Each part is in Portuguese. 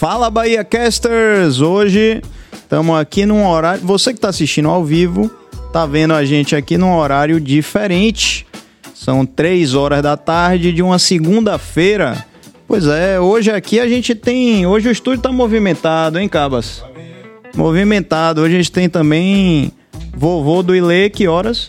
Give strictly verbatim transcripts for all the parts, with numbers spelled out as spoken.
Fala, Bahia Casters! Hoje estamos aqui num horário... Você que está assistindo ao vivo, tá vendo a gente aqui num horário diferente. São três horas da tarde de uma segunda-feira. Pois é, hoje aqui a gente tem... Hoje o estúdio tá movimentado, hein, Cabas? Movimentado. Hoje a gente tem também vovô do Ilê, que horas?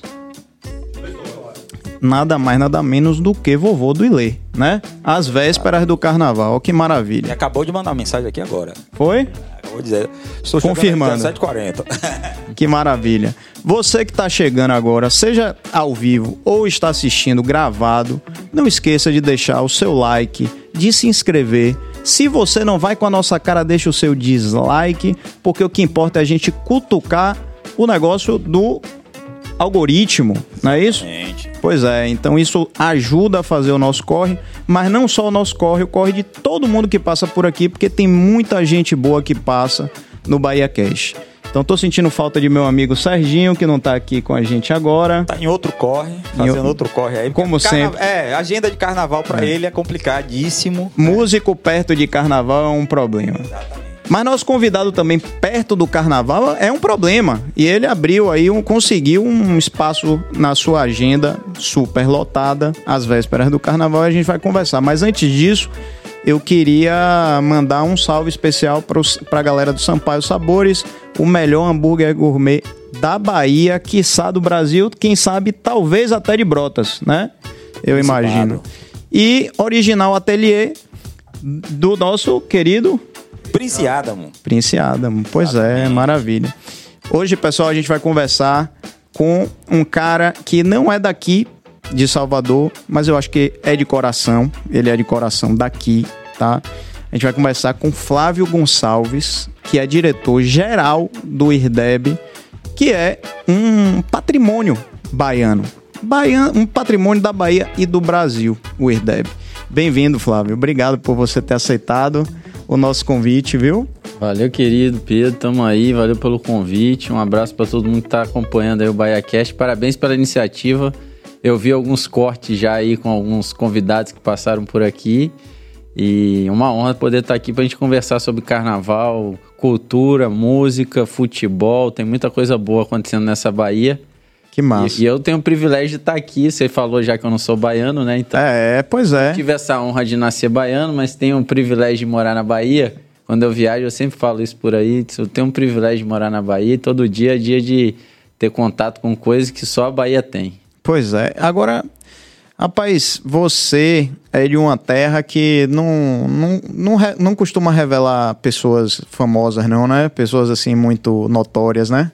Nada mais, nada menos do que vovô do Ilê, né? Às vésperas do carnaval, que maravilha. Ele acabou de mandar uma mensagem aqui agora. Foi? Acabou de dizer. Estou confirmando. dezessete e quarenta. Que maravilha. Você que está chegando agora, seja ao vivo ou está assistindo gravado, não esqueça de deixar o seu like, de se inscrever. Se você não vai com a nossa cara, deixa o seu dislike, porque o que importa é a gente cutucar o negócio do algoritmo, não é isso? Gente. Pois é, então isso ajuda a fazer o nosso corre, mas não só o nosso corre, o corre de todo mundo que passa por aqui, porque tem muita gente boa que passa no Bahia Cash. Então tô sentindo falta de meu amigo Serginho, que não tá aqui com a gente agora. Tá em outro corre, fazendo em... outro corre aí. Como carna... sempre. É, agenda de carnaval pra é. ele é complicadíssimo. Músico é. perto de carnaval é um problema. Exatamente. Mas nosso convidado também perto do carnaval é um problema. E ele abriu aí, um, conseguiu um espaço na sua agenda super lotada, às vésperas do carnaval, e a gente vai conversar. Mas antes disso, eu queria mandar um salve especial para a galera do Sampaio Sabores, o melhor hambúrguer gourmet da Bahia, quiçá do Brasil, quem sabe talvez até de Brotas, né? Eu imagino. E Original Atelier do nosso querido... Prince Adamo. Prince Adamo, pois Exatamente. é, maravilha. Hoje, pessoal, a gente vai conversar com um cara que não é daqui de Salvador, mas eu acho que é de coração, ele é de coração daqui, tá? A gente vai conversar com Flávio Gonçalves, que é diretor-geral do IRDEB, que é um patrimônio baiano, baiano, um patrimônio da Bahia e do Brasil, o IRDEB. Bem-vindo, Flávio. Obrigado por você ter aceitado o nosso convite, viu? Valeu, querido Pedro, tamo aí, valeu pelo convite, um abraço para todo mundo que tá acompanhando aí o BahiaCast, parabéns pela iniciativa. Eu vi alguns cortes já aí com alguns convidados que passaram por aqui e uma honra poder estar aqui pra gente conversar sobre carnaval, cultura, música, futebol, tem muita coisa boa acontecendo nessa Bahia. Que massa. E, e eu tenho o privilégio de estar aqui, você falou já que eu não sou baiano, né? Então, é, pois é. Eu tive essa honra de nascer baiano, mas tenho o privilégio de morar na Bahia. Quando eu viajo, eu sempre falo isso por aí, eu tenho o privilégio de morar na Bahia e todo dia é dia de ter contato com coisas que só a Bahia tem. Pois é. Agora, rapaz, você é de uma terra que não, não, não, não costuma revelar pessoas famosas, não, né? Pessoas, assim, muito notórias, né?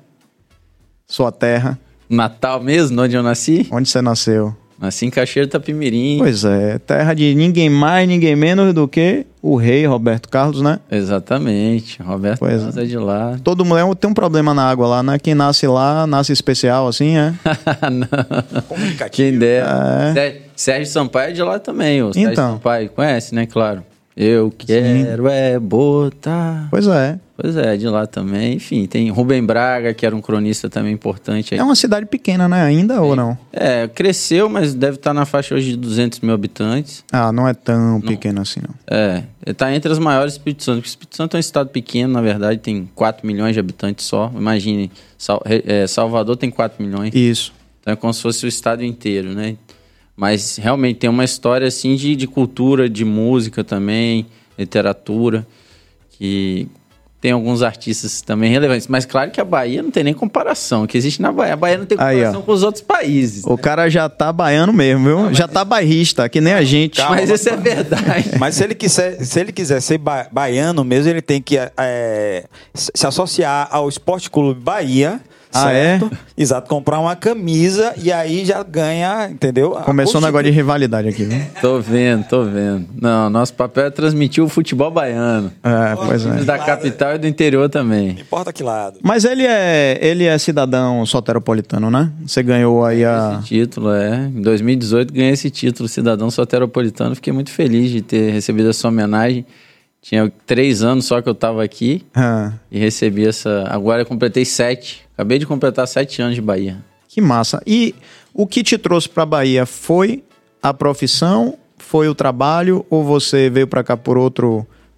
Sua terra. Natal mesmo, onde eu nasci? Onde você nasceu? Nasci em Cachoeiro de Itapemirim. Pois é, terra de ninguém mais, ninguém menos do que o rei Roberto Carlos, né? Exatamente, Roberto pois Carlos é de lá. Todo mundo tem um problema na água lá, né? Quem nasce lá, nasce especial assim, é? Não, quem dera. É. Sérgio Sampaio é de lá também, o Sérgio então. Sampaio, conhece, né? Claro. Eu quero Sim. é botar... Pois é. Pois é, de lá também. Enfim, tem Rubem Braga, que era um cronista também importante. Aí. É uma cidade pequena, né? Ainda é. ou não? É, cresceu, mas deve estar na faixa hoje de duzentos mil habitantes. Ah, não é tão não. pequeno assim, não. É, está entre as maiores do Espírito Santo. O Espírito Santo é um estado pequeno, na verdade, tem quatro milhões de habitantes só. Imagine, Sal, é, Salvador tem quatro milhões. Isso. Então é como se fosse o estado inteiro, né? Mas realmente tem uma história assim de, de cultura, de música também, literatura, que tem alguns artistas também relevantes. Mas claro que a Bahia não tem nem comparação, o que existe na Bahia. A Bahia não tem comparação Aí, com os outros países. O né? cara já tá baiano mesmo, viu? Não, já tá bairrista, que nem a gente. Calma, mas isso é verdade. Mas se ele quiser, se ele quiser ser ba- baiano mesmo, ele tem que é, se associar ao Esporte Clube Bahia. Ah, certo? é? Exato, comprar uma camisa e aí já ganha, entendeu? Começou um negócio de rivalidade aqui, viu? Tô vendo, tô vendo. Não, nosso papel é transmitir o futebol baiano. É, pois é. Da capital e do interior também. Não importa que lado. Mas ele é, ele é cidadão soteropolitano, né? Você ganhou aí a... Esse título, é. Em dois mil e dezoito ganhei esse título, cidadão soteropolitano. Fiquei muito feliz de ter recebido essa homenagem. Tinha três anos só que eu tava aqui ah. e recebi essa... Agora eu completei sete. Acabei de completar sete anos de Bahia. Que massa. E o que te trouxe pra Bahia foi a profissão, foi o trabalho ou você veio pra cá por outro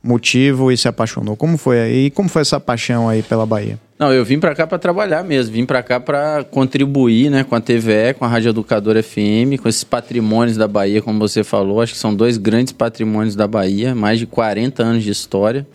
motivo e se apaixonou. Como foi aí? Como foi essa paixão aí pela Bahia? Não, eu vim pra cá pra trabalhar mesmo. Vim pra cá pra contribuir, né, com a T V E, com a Rádio Educadora F M, com esses patrimônios da Bahia, como você falou. Acho que são dois grandes patrimônios da Bahia, mais de quarenta anos de história.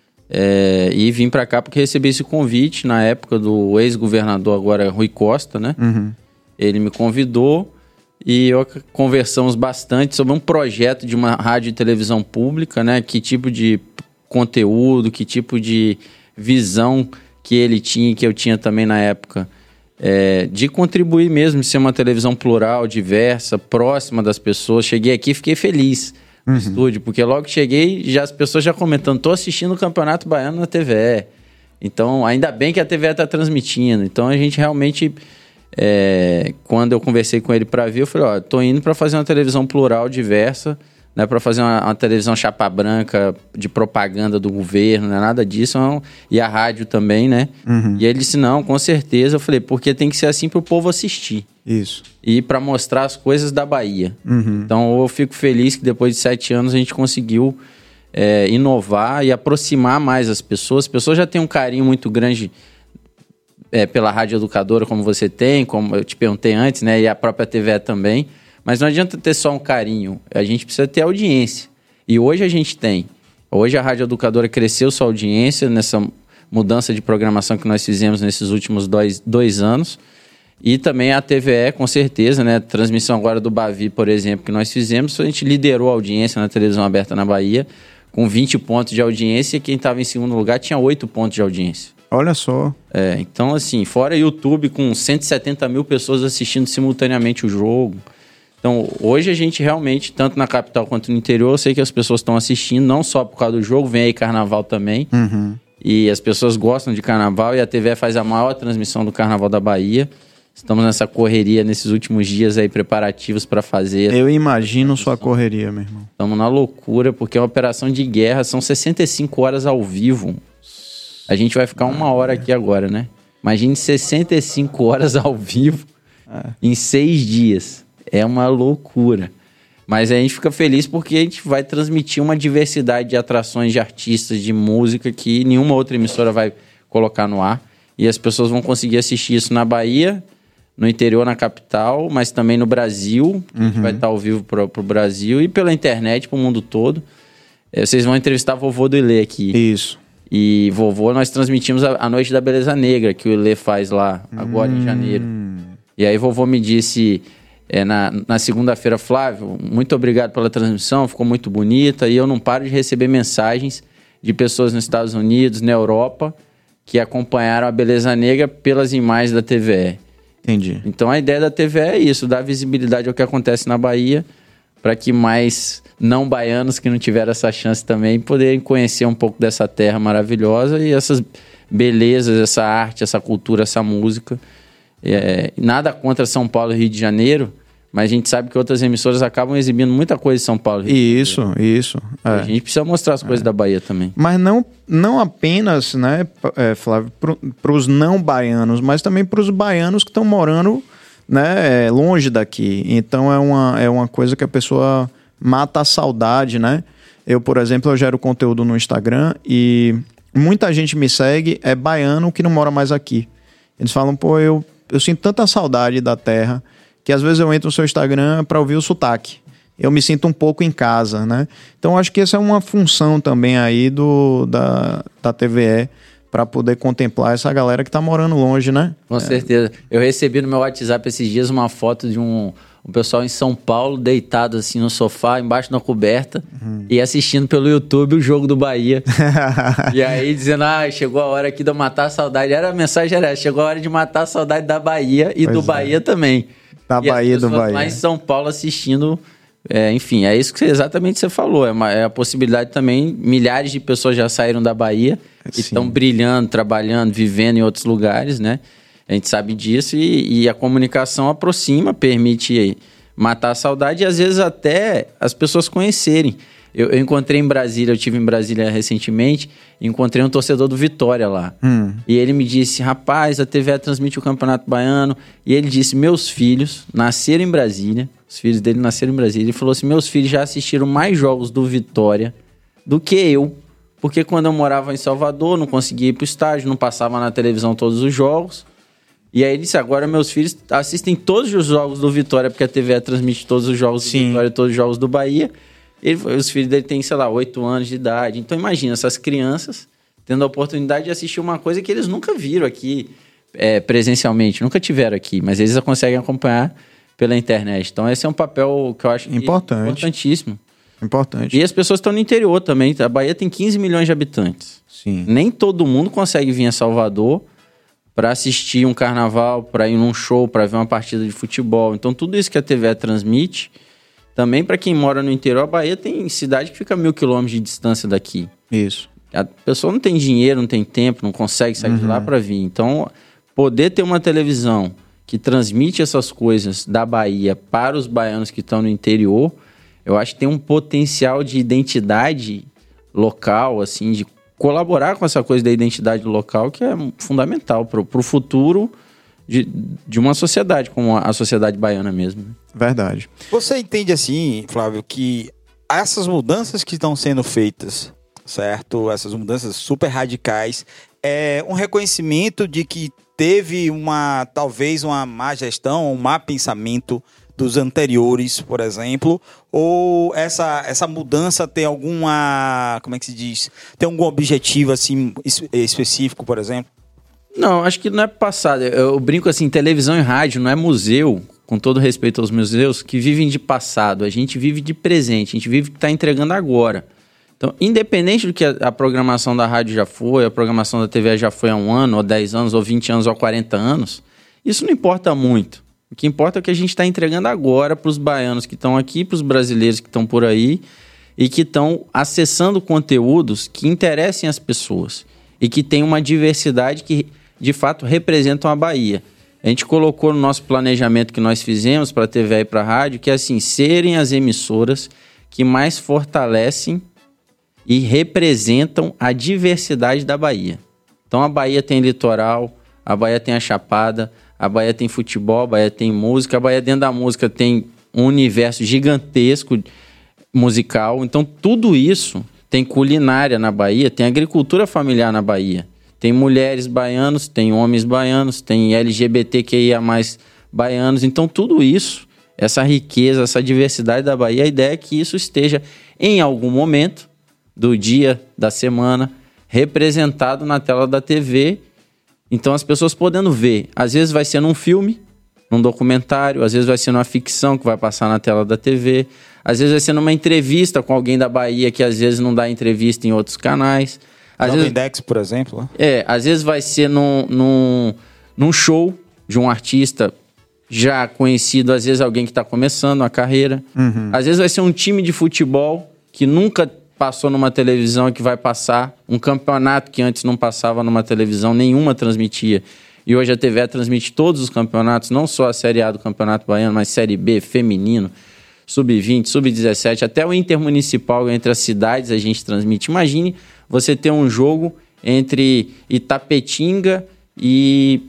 É, e vim pra cá porque recebi esse convite na época do ex-governador, agora Rui Costa, né? Uhum. Ele me convidou e eu conversamos bastante sobre um projeto de uma rádio e televisão pública, né? Que tipo de conteúdo, que tipo de visão que ele tinha e que eu tinha também na época, é, de contribuir mesmo, de ser uma televisão plural, diversa, próxima das pessoas. Cheguei aqui e fiquei feliz no uhum. estúdio, porque logo que cheguei, já, as pessoas já comentando, tô assistindo o Campeonato Baiano na T V E. Então, ainda bem que a T V E está transmitindo. Então, a gente realmente, é, quando eu conversei com ele para vir, eu falei, ó, tô indo para fazer uma televisão plural, diversa, não é para fazer uma, uma televisão chapa branca de propaganda do governo, não é nada disso, não. E a rádio também, né? Uhum. E ele disse, não, com certeza. Eu falei, porque tem que ser assim para o povo assistir. Isso. E para mostrar as coisas da Bahia. Uhum. Então, eu fico feliz que depois de sete anos a gente conseguiu é, inovar e aproximar mais as pessoas. As pessoas já têm um carinho muito grande é, pela Rádio Educadora, como você tem, como eu te perguntei antes, né? E a própria T V E também. Mas não adianta ter só um carinho, a gente precisa ter audiência. E hoje a gente tem. Hoje a Rádio Educadora cresceu sua audiência nessa mudança de programação que nós fizemos nesses últimos dois, dois anos. E também a T V E, com certeza, né? Transmissão agora do Bavi, por exemplo, que nós fizemos, a gente liderou a audiência na televisão aberta na Bahia, com vinte pontos de audiência, e quem estava em segundo lugar tinha oito pontos de audiência. Olha só. É, então, assim, fora YouTube, com cento e setenta mil pessoas assistindo simultaneamente o jogo. Então, hoje a gente realmente, tanto na capital quanto no interior, eu sei que as pessoas estão assistindo, não só por causa do jogo, vem aí carnaval também. Uhum. E as pessoas gostam de carnaval e a T V E faz a maior transmissão do Carnaval da Bahia. Estamos nessa correria nesses últimos dias aí, preparativos para fazer. Eu imagino sua correria, meu irmão. Estamos na loucura, porque é uma operação de guerra, são sessenta e cinco horas ao vivo. A gente vai ficar uma hora aqui agora, né? Imagine sessenta e cinco horas ao vivo é. em seis dias. É uma loucura. Mas a gente fica feliz porque a gente vai transmitir uma diversidade de atrações de artistas, de música, que nenhuma outra emissora vai colocar no ar. E as pessoas vão conseguir assistir isso na Bahia, no interior, na capital, mas também no Brasil, que uhum. a gente vai estar ao vivo para o Brasil, e pela internet, para o mundo todo. É, vocês vão entrevistar a vovô do Ilê aqui. Isso. E vovô, nós transmitimos a, a Noite da Beleza Negra, que o Ilê faz lá, agora hum. em janeiro. E aí vovô me disse... É, na, na segunda-feira, Flávio, muito obrigado pela transmissão, ficou muito bonita, e eu não paro de receber mensagens de pessoas nos Estados Unidos, na Europa, que acompanharam a Beleza Negra pelas imagens da T V E. Entendi. Então a ideia da T V E é isso, dar visibilidade ao que acontece na Bahia, para que mais não baianos que não tiveram essa chance também poderem conhecer um pouco dessa terra maravilhosa e essas belezas, essa arte, essa cultura, essa música. É, nada contra São Paulo e Rio de Janeiro, mas a gente sabe que outras emissoras acabam exibindo muita coisa de São Paulo e Rio isso, de Janeiro. Isso, é. A gente precisa mostrar as coisas é. da Bahia também. Mas não, não apenas, né, é, Flávio, para os não baianos, mas também para os baianos que estão morando, né, longe daqui. Então é uma, é uma coisa que a pessoa mata a saudade, né? Eu, por exemplo, eu gero conteúdo no Instagram e muita gente me segue, é baiano que não mora mais aqui. Eles falam, pô, eu Eu sinto tanta saudade da terra que às vezes eu entro no seu Instagram para ouvir o sotaque. Eu me sinto um pouco em casa, né? Então acho que essa é uma função também aí do, da, da T V E para poder contemplar essa galera que tá morando longe, né? Com é. certeza. Eu recebi no meu WhatsApp esses dias uma foto de um, um pessoal em São Paulo deitado assim no sofá, embaixo da coberta, uhum. e assistindo pelo YouTube o jogo do Bahia. E aí dizendo, ah, chegou a hora aqui de eu matar a saudade. Era a mensagem, era essa, chegou a hora de matar a saudade da Bahia e pois do é. Bahia também. Da e Bahia e do Bahia. Lá em São Paulo assistindo, é, enfim, é isso que exatamente você falou. É, uma, é a possibilidade também, milhares de pessoas já saíram da Bahia e estão brilhando, trabalhando, vivendo em outros lugares, né? A gente sabe disso e, e a comunicação aproxima, permite matar a saudade e às vezes até as pessoas conhecerem. Eu, eu encontrei em Brasília, eu estive em Brasília recentemente, encontrei um torcedor do Vitória lá. Hum. E ele me disse, rapaz, a T V E transmite o Campeonato Baiano. E ele disse, meus filhos nasceram em Brasília, os filhos dele nasceram em Brasília. Ele falou assim, meus filhos já assistiram mais jogos do Vitória do que eu porque quando eu morava em Salvador, não conseguia ir pro estádio, não passava na televisão todos os jogos. E aí ele disse, agora meus filhos assistem todos os jogos do Vitória, porque a T V E transmite todos os jogos do Sim. Vitória e todos os jogos do Bahia. Ele, os filhos dele têm, sei lá, oito anos de idade. Então imagina, essas crianças tendo a oportunidade de assistir uma coisa que eles nunca viram aqui é, presencialmente, nunca tiveram aqui, mas eles conseguem acompanhar pela internet. Então esse é um papel que eu acho Importante. importantíssimo. Importante. E as pessoas estão no interior também. A Bahia tem quinze milhões de habitantes. Sim. Nem todo mundo consegue vir a Salvador para assistir um carnaval, para ir num show, para ver uma partida de futebol. Então, tudo isso que a T V E transmite, também para quem mora no interior, a Bahia tem cidade que fica a mil quilômetros de distância daqui. Isso. A pessoa não tem dinheiro, não tem tempo, não consegue sair uhum. de lá para vir. Então, poder ter uma televisão que transmite essas coisas da Bahia para os baianos que estão no interior, eu acho que tem um potencial de identidade local, assim, de colaborar com essa coisa da identidade local que é fundamental para o futuro de, de uma sociedade, como a sociedade baiana mesmo. Verdade. Você entende assim, Flávio, que essas mudanças que estão sendo feitas, certo? Essas mudanças super radicais, é um reconhecimento de que teve uma, talvez uma má gestão, um má pensamento dos anteriores, por exemplo, ou essa, essa mudança tem alguma, como é que se diz, tem algum objetivo assim específico, por exemplo? Não, acho que não é passado. Eu brinco assim, televisão e rádio não é museu, com todo respeito aos museus, que vivem de passado. A gente vive de presente, a gente vive o que está entregando agora. Então, independente do que a, a programação da rádio já foi, a programação da T V já foi há um ano, ou dez anos, ou vinte anos, ou quarenta anos, isso não importa muito. O que importa é o que a gente está entregando agora para os baianos que estão aqui, para os brasileiros que estão por aí e que estão acessando conteúdos que interessem as pessoas e que tem uma diversidade que, de fato, representam a Bahia. A gente colocou no nosso planejamento que nós fizemos para a T V e para a rádio que é assim, serem as emissoras que mais fortalecem e representam a diversidade da Bahia. Então a Bahia tem litoral, a Bahia tem a Chapada, a Bahia tem futebol, a Bahia tem música, a Bahia dentro da música tem um universo gigantesco musical. Então tudo isso tem culinária na Bahia, tem agricultura familiar na Bahia. Tem mulheres baianos, tem homens baianos, tem L G B T Q I A mais, baianos. Então tudo isso, essa riqueza, essa diversidade da Bahia, a ideia é que isso esteja em algum momento do dia, da semana, representado na tela da T V. Então as pessoas podendo ver, às vezes vai ser num filme, num documentário, às vezes vai ser numa ficção que vai passar na tela da T V, às vezes vai ser numa entrevista com alguém da Bahia que às vezes não dá entrevista em outros canais. Às vezes, Index, por exemplo. É, às vezes vai ser num, num, num show de um artista já conhecido, às vezes alguém que está começando a carreira. Uhum. Às vezes vai ser um time de futebol que nunca passou numa televisão e que vai passar um campeonato que antes não passava numa televisão, nenhuma transmitia. E hoje a T V transmite todos os campeonatos, não só a Série A do Campeonato Baiano, mas Série B, feminino, sub vinte, sub dezessete, até o intermunicipal entre as cidades a gente transmite. Imagine você ter um jogo entre Itapetinga e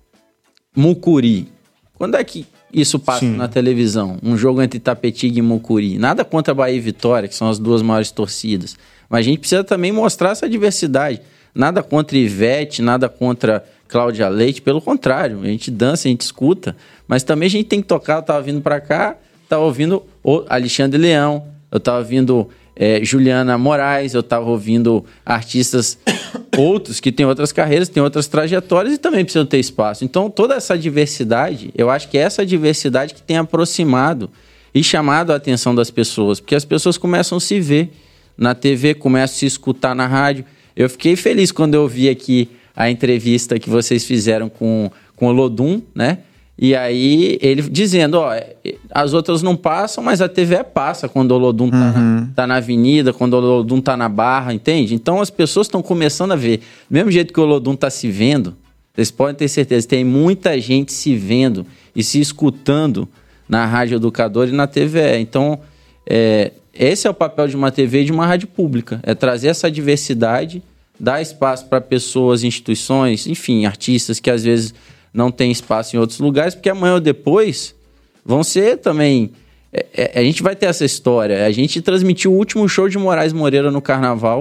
Mucuri. Quando é que isso passa Sim. na televisão? Um jogo entre Itapetinga e Mucuri. Nada contra Bahia e Vitória, que são as duas maiores torcidas. Mas a gente precisa também mostrar essa diversidade. Nada contra Ivete, nada contra Cláudia Leite. Pelo contrário, a gente dança, a gente escuta. Mas também a gente tem que tocar. Eu estava vindo para cá, estava ouvindo o Alexandre Leão, eu estava ouvindo é, Juliana Moraes, eu estava ouvindo artistas outros que têm outras carreiras, têm outras trajetórias e também precisam ter espaço. Então, toda essa diversidade, eu acho que é essa diversidade que tem aproximado e chamado a atenção das pessoas, porque as pessoas começam a se ver na T V, começam a se escutar na rádio. Eu fiquei feliz quando eu vi aqui a entrevista que vocês fizeram com, com o Lodum, né? E aí ele dizendo, ó, as outras não passam, mas a T V passa quando o Lodum tá, uhum. na, tá na avenida, quando o Lodum tá na barra, entende? Então as pessoas estão começando a ver. Do mesmo jeito que o Lodum tá se vendo, vocês podem ter certeza, tem muita gente se vendo e se escutando na Rádio Educadora e na T V. Então, é, esse é o papel de uma T V e de uma rádio pública, é trazer essa diversidade, dar espaço para pessoas, instituições, enfim, artistas que às vezes não têm espaço em outros lugares, porque amanhã ou depois vão ser também... É, é, a gente vai ter essa história. A gente transmitiu o último show de Moraes Moreira no Carnaval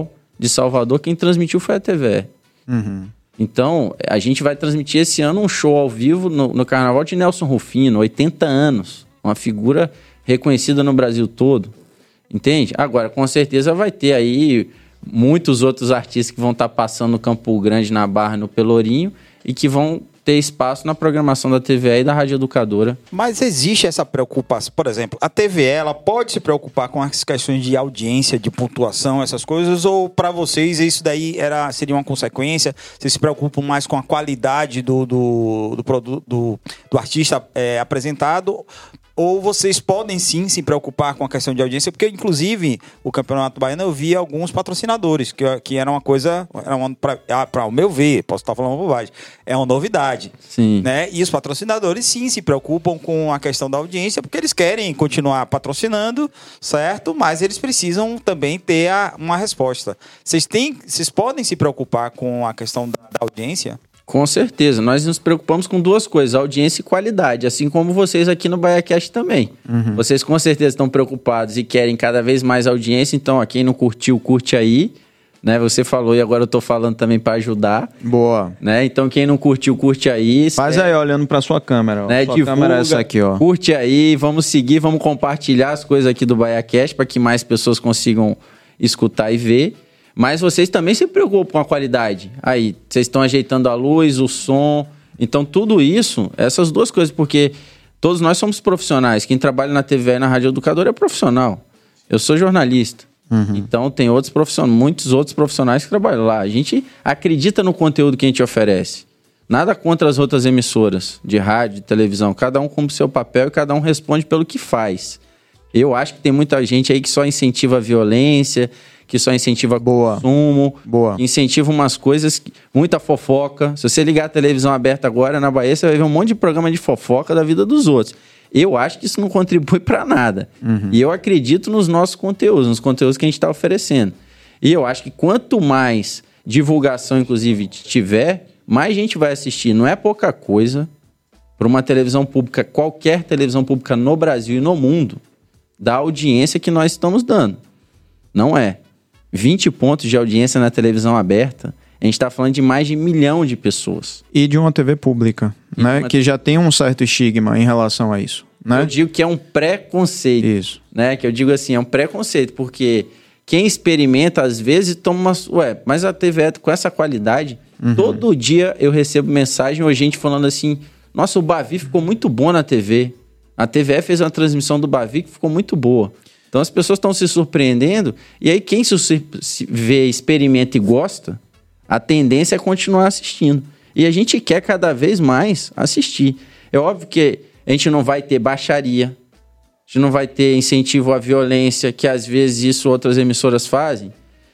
de Salvador, quem transmitiu foi a T V E. Uhum. Então, a gente vai transmitir esse ano um show ao vivo no, no Carnaval de Nelson Rufino, oitenta anos. Uma figura reconhecida no Brasil todo. Entende? Agora, com certeza vai ter aí muitos outros artistas que vão estar passando no Campo Grande, na Barra, no Pelourinho, e que vão ter espaço na programação da T V E e da Rádio Educadora. Mas existe essa preocupação, por exemplo, a T V E, ela pode se preocupar com as questões de audiência, de pontuação, essas coisas, ou para vocês isso daí era, seria uma consequência? Vocês se preocupam mais com a qualidade do, do, do, produto, do, do artista é, apresentado? Ou vocês podem sim se preocupar com a questão de audiência? Porque, inclusive, o Campeonato Baiano eu vi alguns patrocinadores, que, que era uma coisa, para o meu ver, posso estar falando uma bobagem, é uma novidade. Sim. Né? E os patrocinadores sim se preocupam com a questão da audiência, porque eles querem continuar patrocinando, certo? Mas eles precisam também ter a, uma resposta. Vocês, têm, vocês podem se preocupar com a questão da, da audiência? Com certeza, nós nos preocupamos com duas coisas, audiência e qualidade, assim como vocês aqui no BaiaCast também. Uhum. Vocês com certeza estão preocupados e querem cada vez mais audiência, então ó, quem não curtiu, curte aí, né? Você falou e agora eu tô falando também para ajudar. Boa. Né? Então quem não curtiu, curte aí. Faz é, aí olhando para sua câmera. Ó. Né? Sua Divulga, câmera é essa aqui, ó. Curte aí, vamos seguir, vamos compartilhar as coisas aqui do BaiaCast para que mais pessoas consigam escutar e ver. Mas vocês também se preocupam com a qualidade. Aí, vocês estão ajeitando a luz, o som. Então, tudo isso, essas duas coisas, porque todos nós somos profissionais. Quem trabalha na T V E e na Rádio Educadora é profissional. Eu sou jornalista. Uhum. Então, tem outros profissionais, muitos outros profissionais que trabalham lá. A gente acredita no conteúdo que a gente oferece. Nada contra as outras emissoras de rádio, de televisão. Cada um cumpre o seu papel e cada um responde pelo que faz. Eu acho que tem muita gente aí que só incentiva a violência, que só incentiva Boa. consumo, Boa. incentiva umas coisas, muita fofoca. Se você ligar a televisão aberta agora na Bahia, você vai ver um monte de programa de fofoca da vida dos outros. Eu acho que isso não contribui para nada. Uhum. E eu acredito nos nossos conteúdos, nos conteúdos que a gente está oferecendo. E eu acho que quanto mais divulgação, inclusive, tiver, mais gente vai assistir. Não é pouca coisa para uma televisão pública, qualquer televisão pública no Brasil e no mundo, da audiência que nós estamos dando. Não é. vinte pontos de audiência na televisão aberta, a gente está falando de mais de um milhão de pessoas. E de uma T V pública, e né? Uma... que já tem um certo estigma em relação a isso. Né? Eu digo que é um preconceito. Isso. Né? Que eu digo assim, é um preconceito, porque quem experimenta, às vezes, toma uma... Ué, mas a T V é com essa qualidade, uhum. Todo dia eu recebo mensagem ou gente falando assim, nossa, o Bavi ficou muito bom na T V. A T V E fez uma transmissão do Bavi que ficou muito boa. Então as pessoas estão se surpreendendo, e aí quem se vê, experimenta e gosta, a tendência é continuar assistindo. E a gente quer cada vez mais assistir. É óbvio que a gente não vai ter baixaria, a gente não vai ter incentivo à violência, que às vezes isso outras emissoras fazem,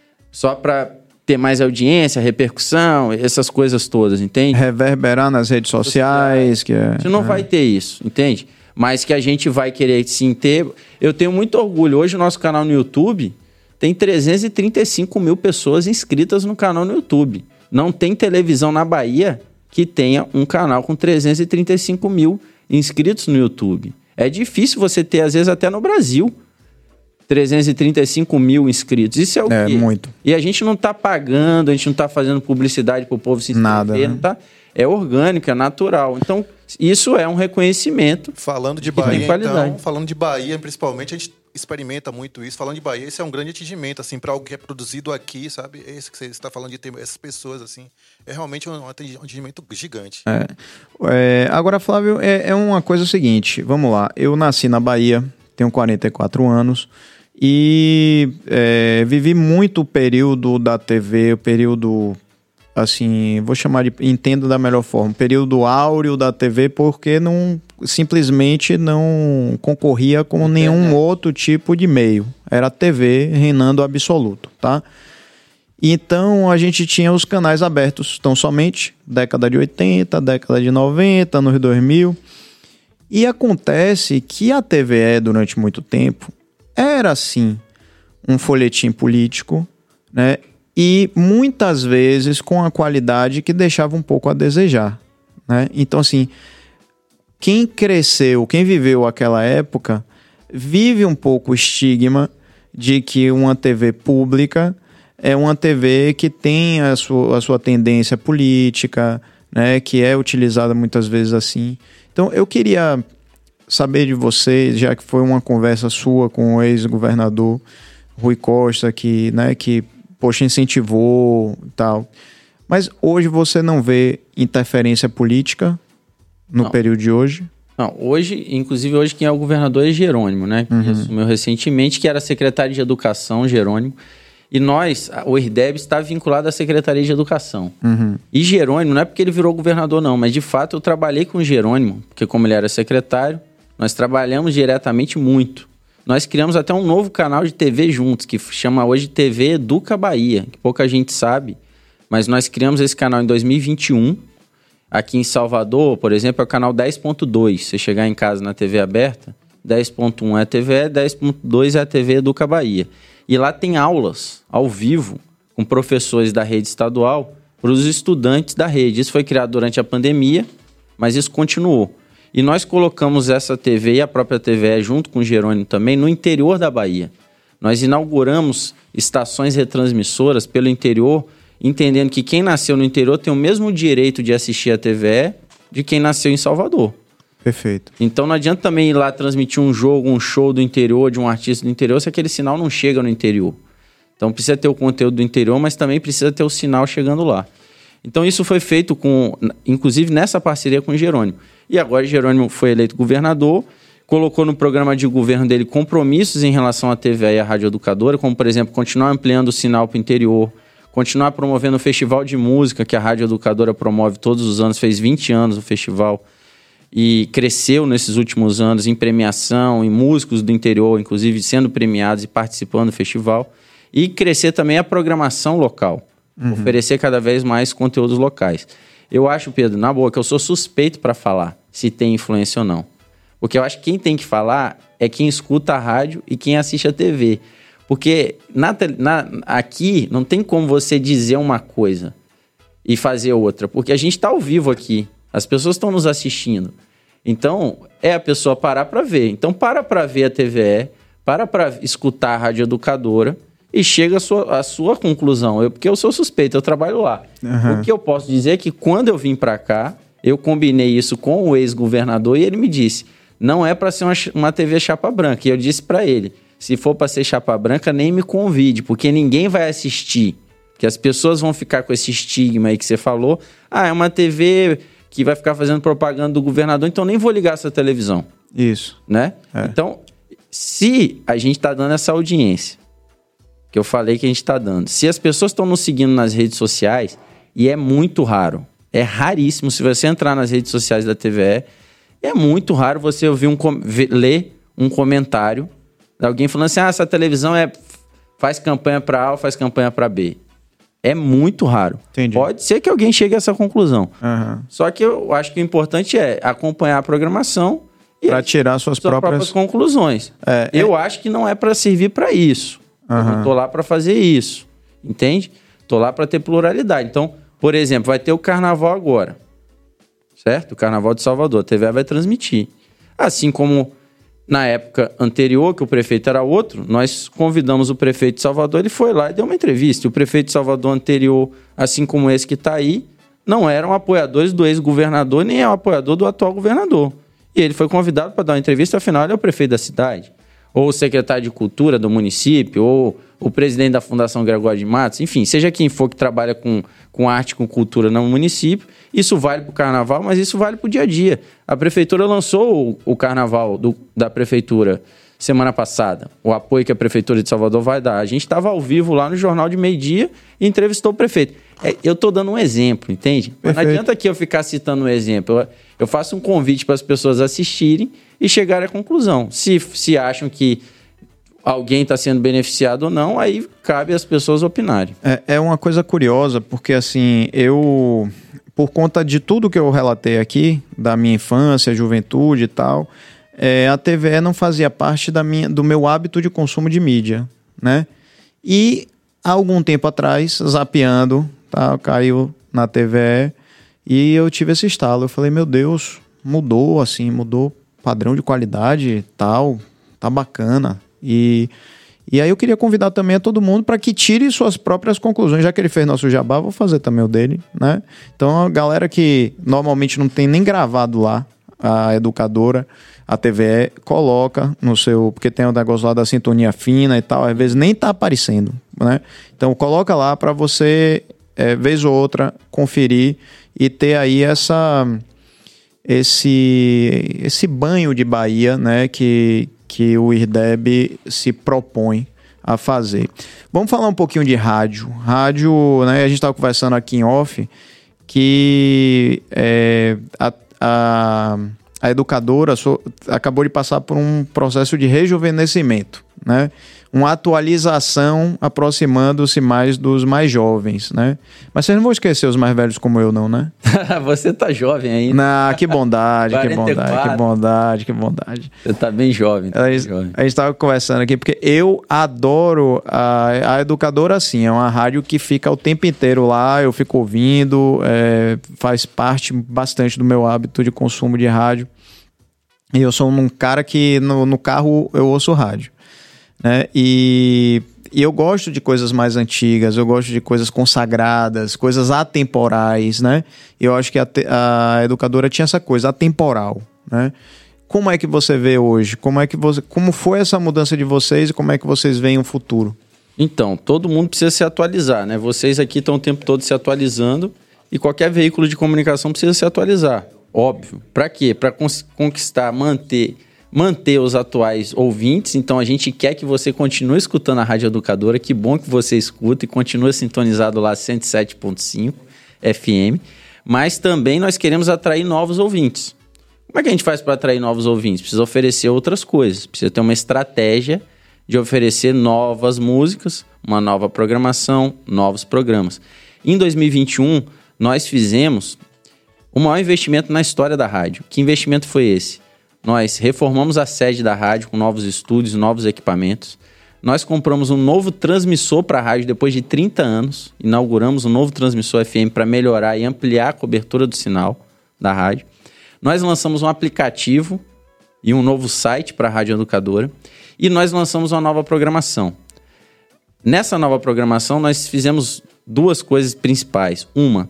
só para ter mais audiência, repercussão, essas coisas todas, entende? Reverberar nas redes sociais. Que é, a gente não é. vai ter isso, entende? Mas que a gente vai querer sim ter. Eu tenho muito orgulho. Hoje o nosso canal no YouTube tem trezentas e trinta e cinco mil pessoas inscritas no canal no YouTube. Não tem televisão na Bahia que tenha um canal com trezentas e trinta e cinco mil inscritos no YouTube. É difícil você ter, às vezes, até no Brasil, trezentos e trinta e cinco mil inscritos. Isso é o é, quê? É muito. E a gente não está pagando, a gente não está fazendo publicidade para o povo se inscrever. Nada, né? Não tá... É orgânico, é natural. Então, isso é um reconhecimento. Falando de Bahia, então, falando de Bahia, principalmente, a gente experimenta muito isso. Falando de Bahia, esse é um grande atingimento, assim, para algo que é produzido aqui, sabe? Esse que você está falando de ter essas pessoas, assim, é realmente um atingimento gigante. É. É, agora, Flávio, é, é uma coisa seguinte, vamos lá, eu nasci na Bahia, tenho quarenta e quatro anos, e é, vivi muito o período da T V, o período... assim, vou chamar de, entendo da melhor forma, período áureo da T V, porque não, simplesmente não concorria com nenhum outro tipo de meio. Era a T V reinando absoluto, tá? Então, a gente tinha os canais abertos, tão somente, década de oitenta, década de noventa, anos dois mil. E acontece que a T V E, durante muito tempo, era, sim, um folhetim político, né? E muitas vezes com a qualidade que deixava um pouco a desejar, né? Então, assim, quem cresceu, quem viveu aquela época, vive um pouco o estigma de que uma T V pública é uma T V que tem a sua, a sua tendência política, né, que é utilizada muitas vezes assim. Então, eu queria saber de você, já que foi uma conversa sua com o ex-governador Rui Costa, que, né, que poxa, incentivou e tal. Mas hoje você não vê interferência política no não. período de hoje? Não, hoje, inclusive hoje quem é o governador é Jerônimo, né? Que uhum. assumiu recentemente, que era secretário de Educação, Jerônimo. E nós, o IRDEB está vinculado à Secretaria de Educação. Uhum. E Jerônimo, não é porque ele virou governador não, mas de fato eu trabalhei com o Jerônimo, porque como ele era secretário, nós trabalhamos diretamente muito. Nós criamos até um novo canal de T V juntos, que chama hoje T V Educa Bahia, que pouca gente sabe, mas nós criamos esse canal em dois mil e vinte e um. Aqui em Salvador, por exemplo, é o canal dez ponto dois. Você chegar em casa na T V aberta, dez ponto um é a T V E, dez ponto dois é a T V Educa Bahia. E lá tem aulas ao vivo com professores da rede estadual para os estudantes da rede. Isso foi criado durante a pandemia, mas isso continuou. E nós colocamos essa T V e a própria T V E junto com o Jerônimo também no interior da Bahia. Nós inauguramos estações retransmissoras pelo interior, entendendo que quem nasceu no interior tem o mesmo direito de assistir a T V E de quem nasceu em Salvador. Perfeito. Então não adianta também ir lá transmitir um jogo, um show do interior, de um artista do interior, se aquele sinal não chega no interior. Então precisa ter o conteúdo do interior, mas também precisa ter o sinal chegando lá. Então isso foi feito com, inclusive nessa parceria com o Jerônimo. E agora o Jerônimo foi eleito governador, colocou no programa de governo dele compromissos em relação à T V E e à Rádio Educadora, como por exemplo, continuar ampliando o sinal para o interior, continuar promovendo o festival de música que a Rádio Educadora promove todos os anos, fez vinte anos o festival, e cresceu nesses últimos anos em premiação, em músicos do interior, inclusive sendo premiados e participando do festival, e crescer também a programação local, uhum. oferecer cada vez mais conteúdos locais. Eu acho, Pedro, na boa, que eu sou suspeito para falar se tem influência ou não, porque eu acho que quem tem que falar é quem escuta a rádio e quem assiste a T V, porque na, na, aqui não tem como você dizer uma coisa e fazer outra, porque a gente está ao vivo aqui. As pessoas estão nos assistindo. Então, é a pessoa parar para ver. Então, para para ver a T V E, para para escutar a Rádio Educadora e chega a sua, a sua conclusão. Eu, porque eu sou suspeito, eu trabalho lá. Uhum. O que eu posso dizer é que quando eu vim para cá, eu combinei isso com o ex-governador e ele me disse, não é para ser uma, uma T V chapa branca. E eu disse para ele, se for para ser chapa branca, nem me convide, porque ninguém vai assistir. Porque as pessoas vão ficar com esse estigma aí que você falou. Ah, é uma T V... que vai ficar fazendo propaganda do governador, então nem vou ligar essa televisão. Isso. Né? É. Então, se a gente está dando essa audiência, que eu falei que a gente está dando, se as pessoas estão nos seguindo nas redes sociais, e é muito raro, é raríssimo, se você entrar nas redes sociais da T V E, é muito raro você ouvir um, ler um comentário de alguém falando assim, ah, essa televisão é, faz campanha para A ou faz campanha para B. É muito raro. Entendi. Pode ser que alguém chegue a essa conclusão. Uhum. Só que eu acho que o importante é acompanhar a programação e para tirar suas, suas próprias... próprias conclusões. É, eu é... acho que não é para servir para isso. Uhum. Eu não tô lá para fazer isso. Entende? Tô lá para ter pluralidade. Então, por exemplo, vai ter o carnaval agora. Certo? O Carnaval de Salvador. A T V E vai transmitir. Assim como na época anterior, que o prefeito era outro, nós convidamos o prefeito de Salvador, ele foi lá e deu uma entrevista. E o prefeito de Salvador anterior, assim como esse que está aí, não eram apoiadores do ex-governador, nem é o apoiador do atual governador. E ele foi convidado para dar uma entrevista, afinal ele é o prefeito da cidade. Ou o secretário de Cultura do município, ou o presidente da Fundação Gregório de Matos, enfim, seja quem for que trabalha com, com arte, com cultura no município, isso vale para o carnaval, mas isso vale para o dia a dia. A prefeitura lançou o, o carnaval do, da prefeitura semana passada, o apoio que a prefeitura de Salvador vai dar. A gente estava ao vivo lá no Jornal de Meio-Dia e entrevistou o prefeito. É, eu estou dando um exemplo, entende? Mas não adianta aqui eu ficar citando um exemplo. Eu, eu faço um convite para as pessoas assistirem e chegarem à conclusão. Se, se acham que alguém está sendo beneficiado ou não, aí cabe às pessoas opinarem. É, é uma coisa curiosa, porque assim, eu... por conta de tudo que eu relatei aqui, da minha infância, juventude e tal, é, a T V E não fazia parte da minha, do meu hábito de consumo de mídia, né? E há algum tempo atrás, zapeando, tá, caiu na T V E e eu tive esse estalo. Eu falei, meu Deus, mudou, assim, mudou padrão de qualidade e tal, tá bacana. E, E aí eu queria convidar também a todo mundo para que tire suas próprias conclusões. Já que ele fez nosso jabá, vou fazer também o dele, né? Então, a galera que normalmente não tem nem gravado lá, a educadora, a T V E, coloca no seu... Porque tem o negócio lá da sintonia fina e tal, às vezes nem tá aparecendo, né? Então, coloca lá para você, é, vez ou outra, conferir e ter aí essa... Esse, esse banho de Bahia, né, que, que o I R D E B se propõe a fazer. Vamos falar um pouquinho de rádio. Rádio, né, a gente estava conversando aqui em off, que é, a, a, a educadora so, acabou de passar por um processo de rejuvenescimento, né? Uma atualização aproximando-se mais dos mais jovens, né? Mas vocês não vão esquecer os mais velhos como eu, não, né? Você tá jovem ainda. Não, que bondade, que bondade, que bondade, que bondade. Você tá bem jovem. Tá a, bem gente, jovem. a gente tava conversando aqui, porque eu adoro a, a educadora, assim, é uma rádio que fica o tempo inteiro lá, eu fico ouvindo, é, faz parte bastante do meu hábito de consumo de rádio. E eu sou um cara que no, no carro eu ouço rádio. Né? E, e eu gosto de coisas mais antigas, eu gosto de coisas consagradas, coisas atemporais, né? Eu acho que a, a educadora tinha essa coisa, atemporal, né? Como é que você vê hoje? Como é que você, como foi essa mudança de vocês e como é que vocês veem o futuro? Então, todo mundo precisa se atualizar, né? Vocês aqui estão o tempo todo se atualizando e qualquer veículo de comunicação precisa se atualizar, óbvio. Para quê? Para conquistar, manter... manter os atuais ouvintes, então a gente quer que você continue escutando a Rádio Educadora, que bom que você escuta e continua sintonizado lá cento e sete ponto cinco F M, mas também nós queremos atrair novos ouvintes. Como é que a gente faz para atrair novos ouvintes? Precisa oferecer outras coisas, precisa ter uma estratégia de oferecer novas músicas, uma nova programação, novos programas. Em dois mil e vinte e um, nós fizemos o maior investimento na história da rádio. Que investimento foi esse? Nós reformamos a sede da rádio com novos estúdios, novos equipamentos. Nós compramos um novo transmissor para a rádio depois de trinta anos. Inauguramos um novo transmissor F M para melhorar e ampliar a cobertura do sinal da rádio. Nós lançamos um aplicativo e um novo site para a Rádio Educadora. E nós lançamos uma nova programação. Nessa nova programação, nós fizemos duas coisas principais. Uma,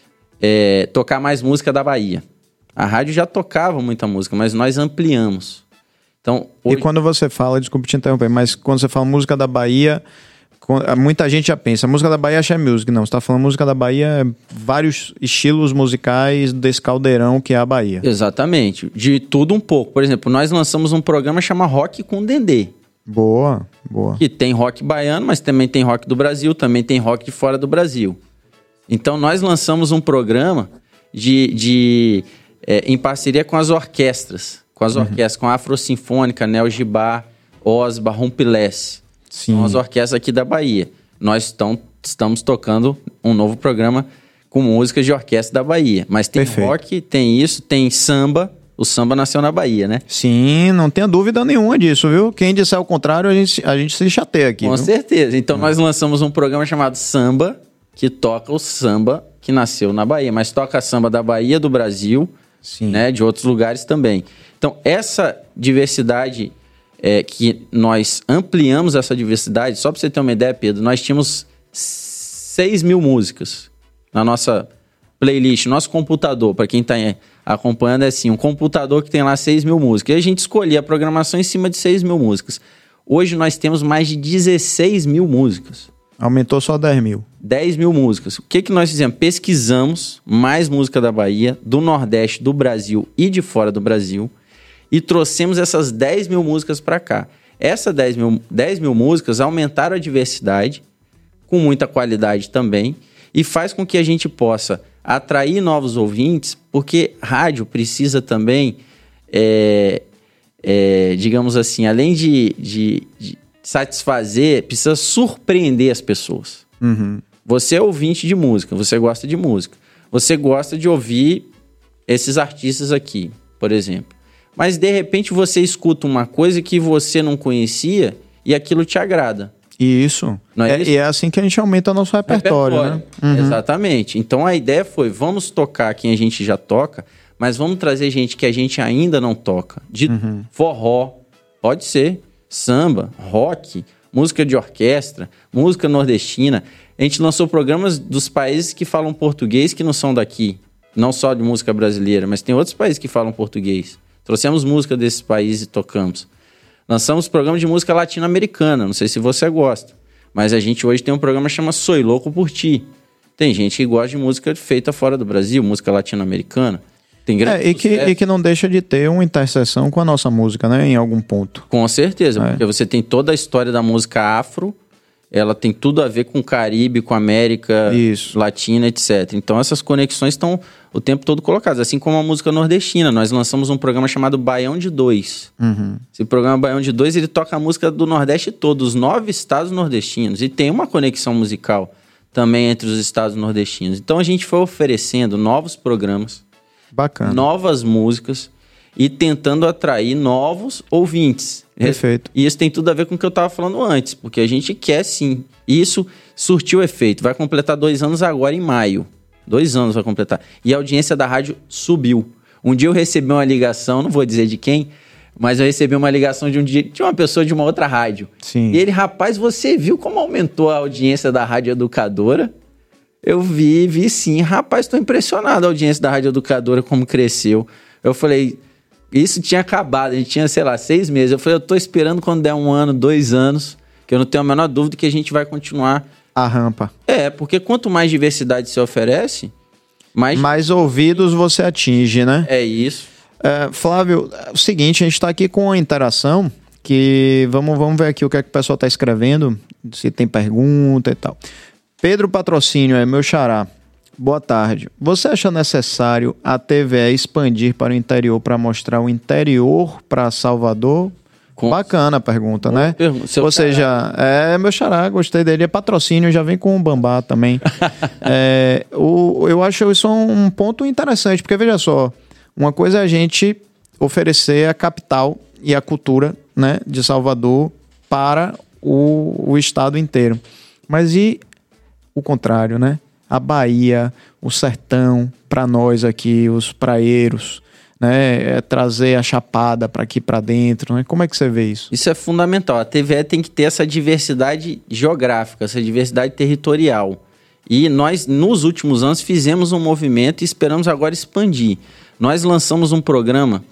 é, tocar mais música da Bahia. A rádio já tocava muita música, mas nós ampliamos. Então, hoje... E quando você fala, desculpe te interromper, mas quando você fala música da Bahia, muita gente já pensa, música da Bahia é Axé Music. Não, você está falando música da Bahia, vários estilos musicais desse caldeirão que é a Bahia. Exatamente, de tudo um pouco. Por exemplo, nós lançamos um programa chamado Rock com Dendê. Boa, boa. Que tem rock baiano, mas também tem rock do Brasil, também tem rock de fora do Brasil. Então, nós lançamos um programa de... de É, em parceria com as orquestras, com as uhum. orquestras, com a Afrosinfônica, Neo Gibá, Osba, Rumpilesse. São as orquestras aqui da Bahia. Nós tão, estamos tocando um novo programa com músicas de orquestra da Bahia. Mas tem Perfeito. rock, tem isso, tem samba. O samba nasceu na Bahia, né? Sim, não tenha dúvida nenhuma disso, viu? Quem disser o contrário, a gente, a gente se chateia aqui. Com viu? certeza. Então, uhum. nós lançamos um programa chamado Samba, que toca o samba que nasceu na Bahia. Mas toca samba da Bahia, do Brasil... Sim. Né, de outros lugares também. Então, essa diversidade, é, que nós ampliamos essa diversidade, só para você ter uma ideia, Pedro, nós tínhamos seis mil músicas na nossa playlist, nosso computador, para quem está acompanhando, é assim, um computador que tem lá seis mil músicas. E a gente escolhia a programação em cima de seis mil músicas. Hoje nós temos mais de dezesseis mil músicas. Aumentou só dez mil. dez mil músicas. O que, que nós fizemos? Pesquisamos mais música da Bahia, do Nordeste, do Brasil e de fora do Brasil e trouxemos essas dez mil músicas para cá. Essas dez mil, dez mil músicas aumentaram a diversidade, com muita qualidade também, e faz com que a gente possa atrair novos ouvintes, porque rádio precisa também, é, é, digamos assim, além de... de, de satisfazer, precisa surpreender as pessoas. Uhum. Você é ouvinte de música, você gosta de música. Você gosta de ouvir esses artistas aqui, por exemplo. Mas, de repente, você escuta uma coisa que você não conhecia e aquilo te agrada. Isso. Não é, é isso? E é assim que a gente aumenta nosso repertório, repertório. né? Uhum. Exatamente. Então, a ideia foi, vamos tocar quem a gente já toca, mas vamos trazer gente que a gente ainda não toca. De uhum. forró, pode ser. Samba, rock, música de orquestra, música nordestina. A gente lançou programas dos países que falam português que não são daqui. Não só de música brasileira, mas tem outros países que falam português. Trouxemos música desses países e tocamos. Lançamos programa de música latino-americana, não sei se você gosta. Mas a gente hoje tem um programa que chama Soy Louco por Ti. Tem gente que gosta de música feita fora do Brasil, música latino-americana. Tem grande é, e, que, e que não deixa de ter uma interseção com a nossa música, né? Em algum ponto. Com certeza, é. porque você tem toda a história da música afro, ela tem tudo a ver com o Caribe, com a América Isso. Latina, etcétera. Então essas conexões estão o tempo todo colocadas, assim como a música nordestina. Nós lançamos um programa chamado Baião de Dois. Uhum. Esse programa Baião de Dois, ele toca a música do Nordeste todo, os nove estados nordestinos. E tem uma conexão musical também entre os estados nordestinos. Então a gente foi oferecendo novos programas, Bacana. novas músicas e tentando atrair novos ouvintes. Perfeito. E isso tem tudo a ver com o que eu estava falando antes, porque a gente quer sim. E isso surtiu efeito. Vai completar dois anos agora em maio. Dois anos vai completar. E a audiência da rádio subiu. Um dia eu recebi uma ligação, não vou dizer de quem, mas eu recebi uma ligação de, um dia, de uma pessoa de uma outra rádio. Sim. E ele, rapaz, você viu como aumentou a audiência da Rádio Educadora? Eu vi, vi sim. Rapaz, estou impressionado a audiência da Rádio Educadora, como cresceu. Eu falei, isso tinha acabado, a gente tinha, sei lá, seis meses. Eu falei, eu estou esperando quando der um ano, dois anos, que eu não tenho a menor dúvida que a gente vai continuar. A rampa. É, porque quanto mais diversidade se oferece, mais... Mais ouvidos você atinge, né? É isso. É, Flávio, é o seguinte, a gente está aqui com uma interação que... Vamos, vamos ver aqui o que é que o pessoal está escrevendo, se tem pergunta e tal. Pedro Patrocínio é meu xará. Boa tarde. Você acha necessário a T V E expandir para o interior para mostrar o interior para Salvador? Com... Bacana a pergunta, Boa né? Pergunta. Ou seja, é meu xará, gostei dele. É patrocínio, já vem com o Bambá também. é, o, eu acho isso um ponto interessante, porque veja só, uma coisa é a gente oferecer a capital e a cultura, né, de Salvador para o, o estado inteiro. Mas e o contrário, né? A Bahia, o sertão, para nós aqui, os praeiros, né? É trazer a chapada para aqui para dentro, né? Como é que você vê isso? Isso é fundamental. A T V E tem que ter essa diversidade geográfica, essa diversidade territorial. E nós, nos últimos anos, fizemos um movimento e esperamos agora expandir. Nós lançamos um programa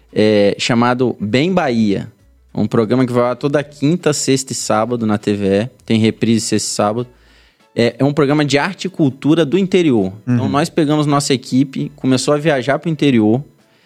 é, chamado Bem Bahia. Um programa que vai toda quinta, sexta e sábado na T V E. Tem reprise sexta e sábado. É, é um programa de arte e cultura do interior. Uhum. Então, nós pegamos nossa equipe, começou a viajar para o interior,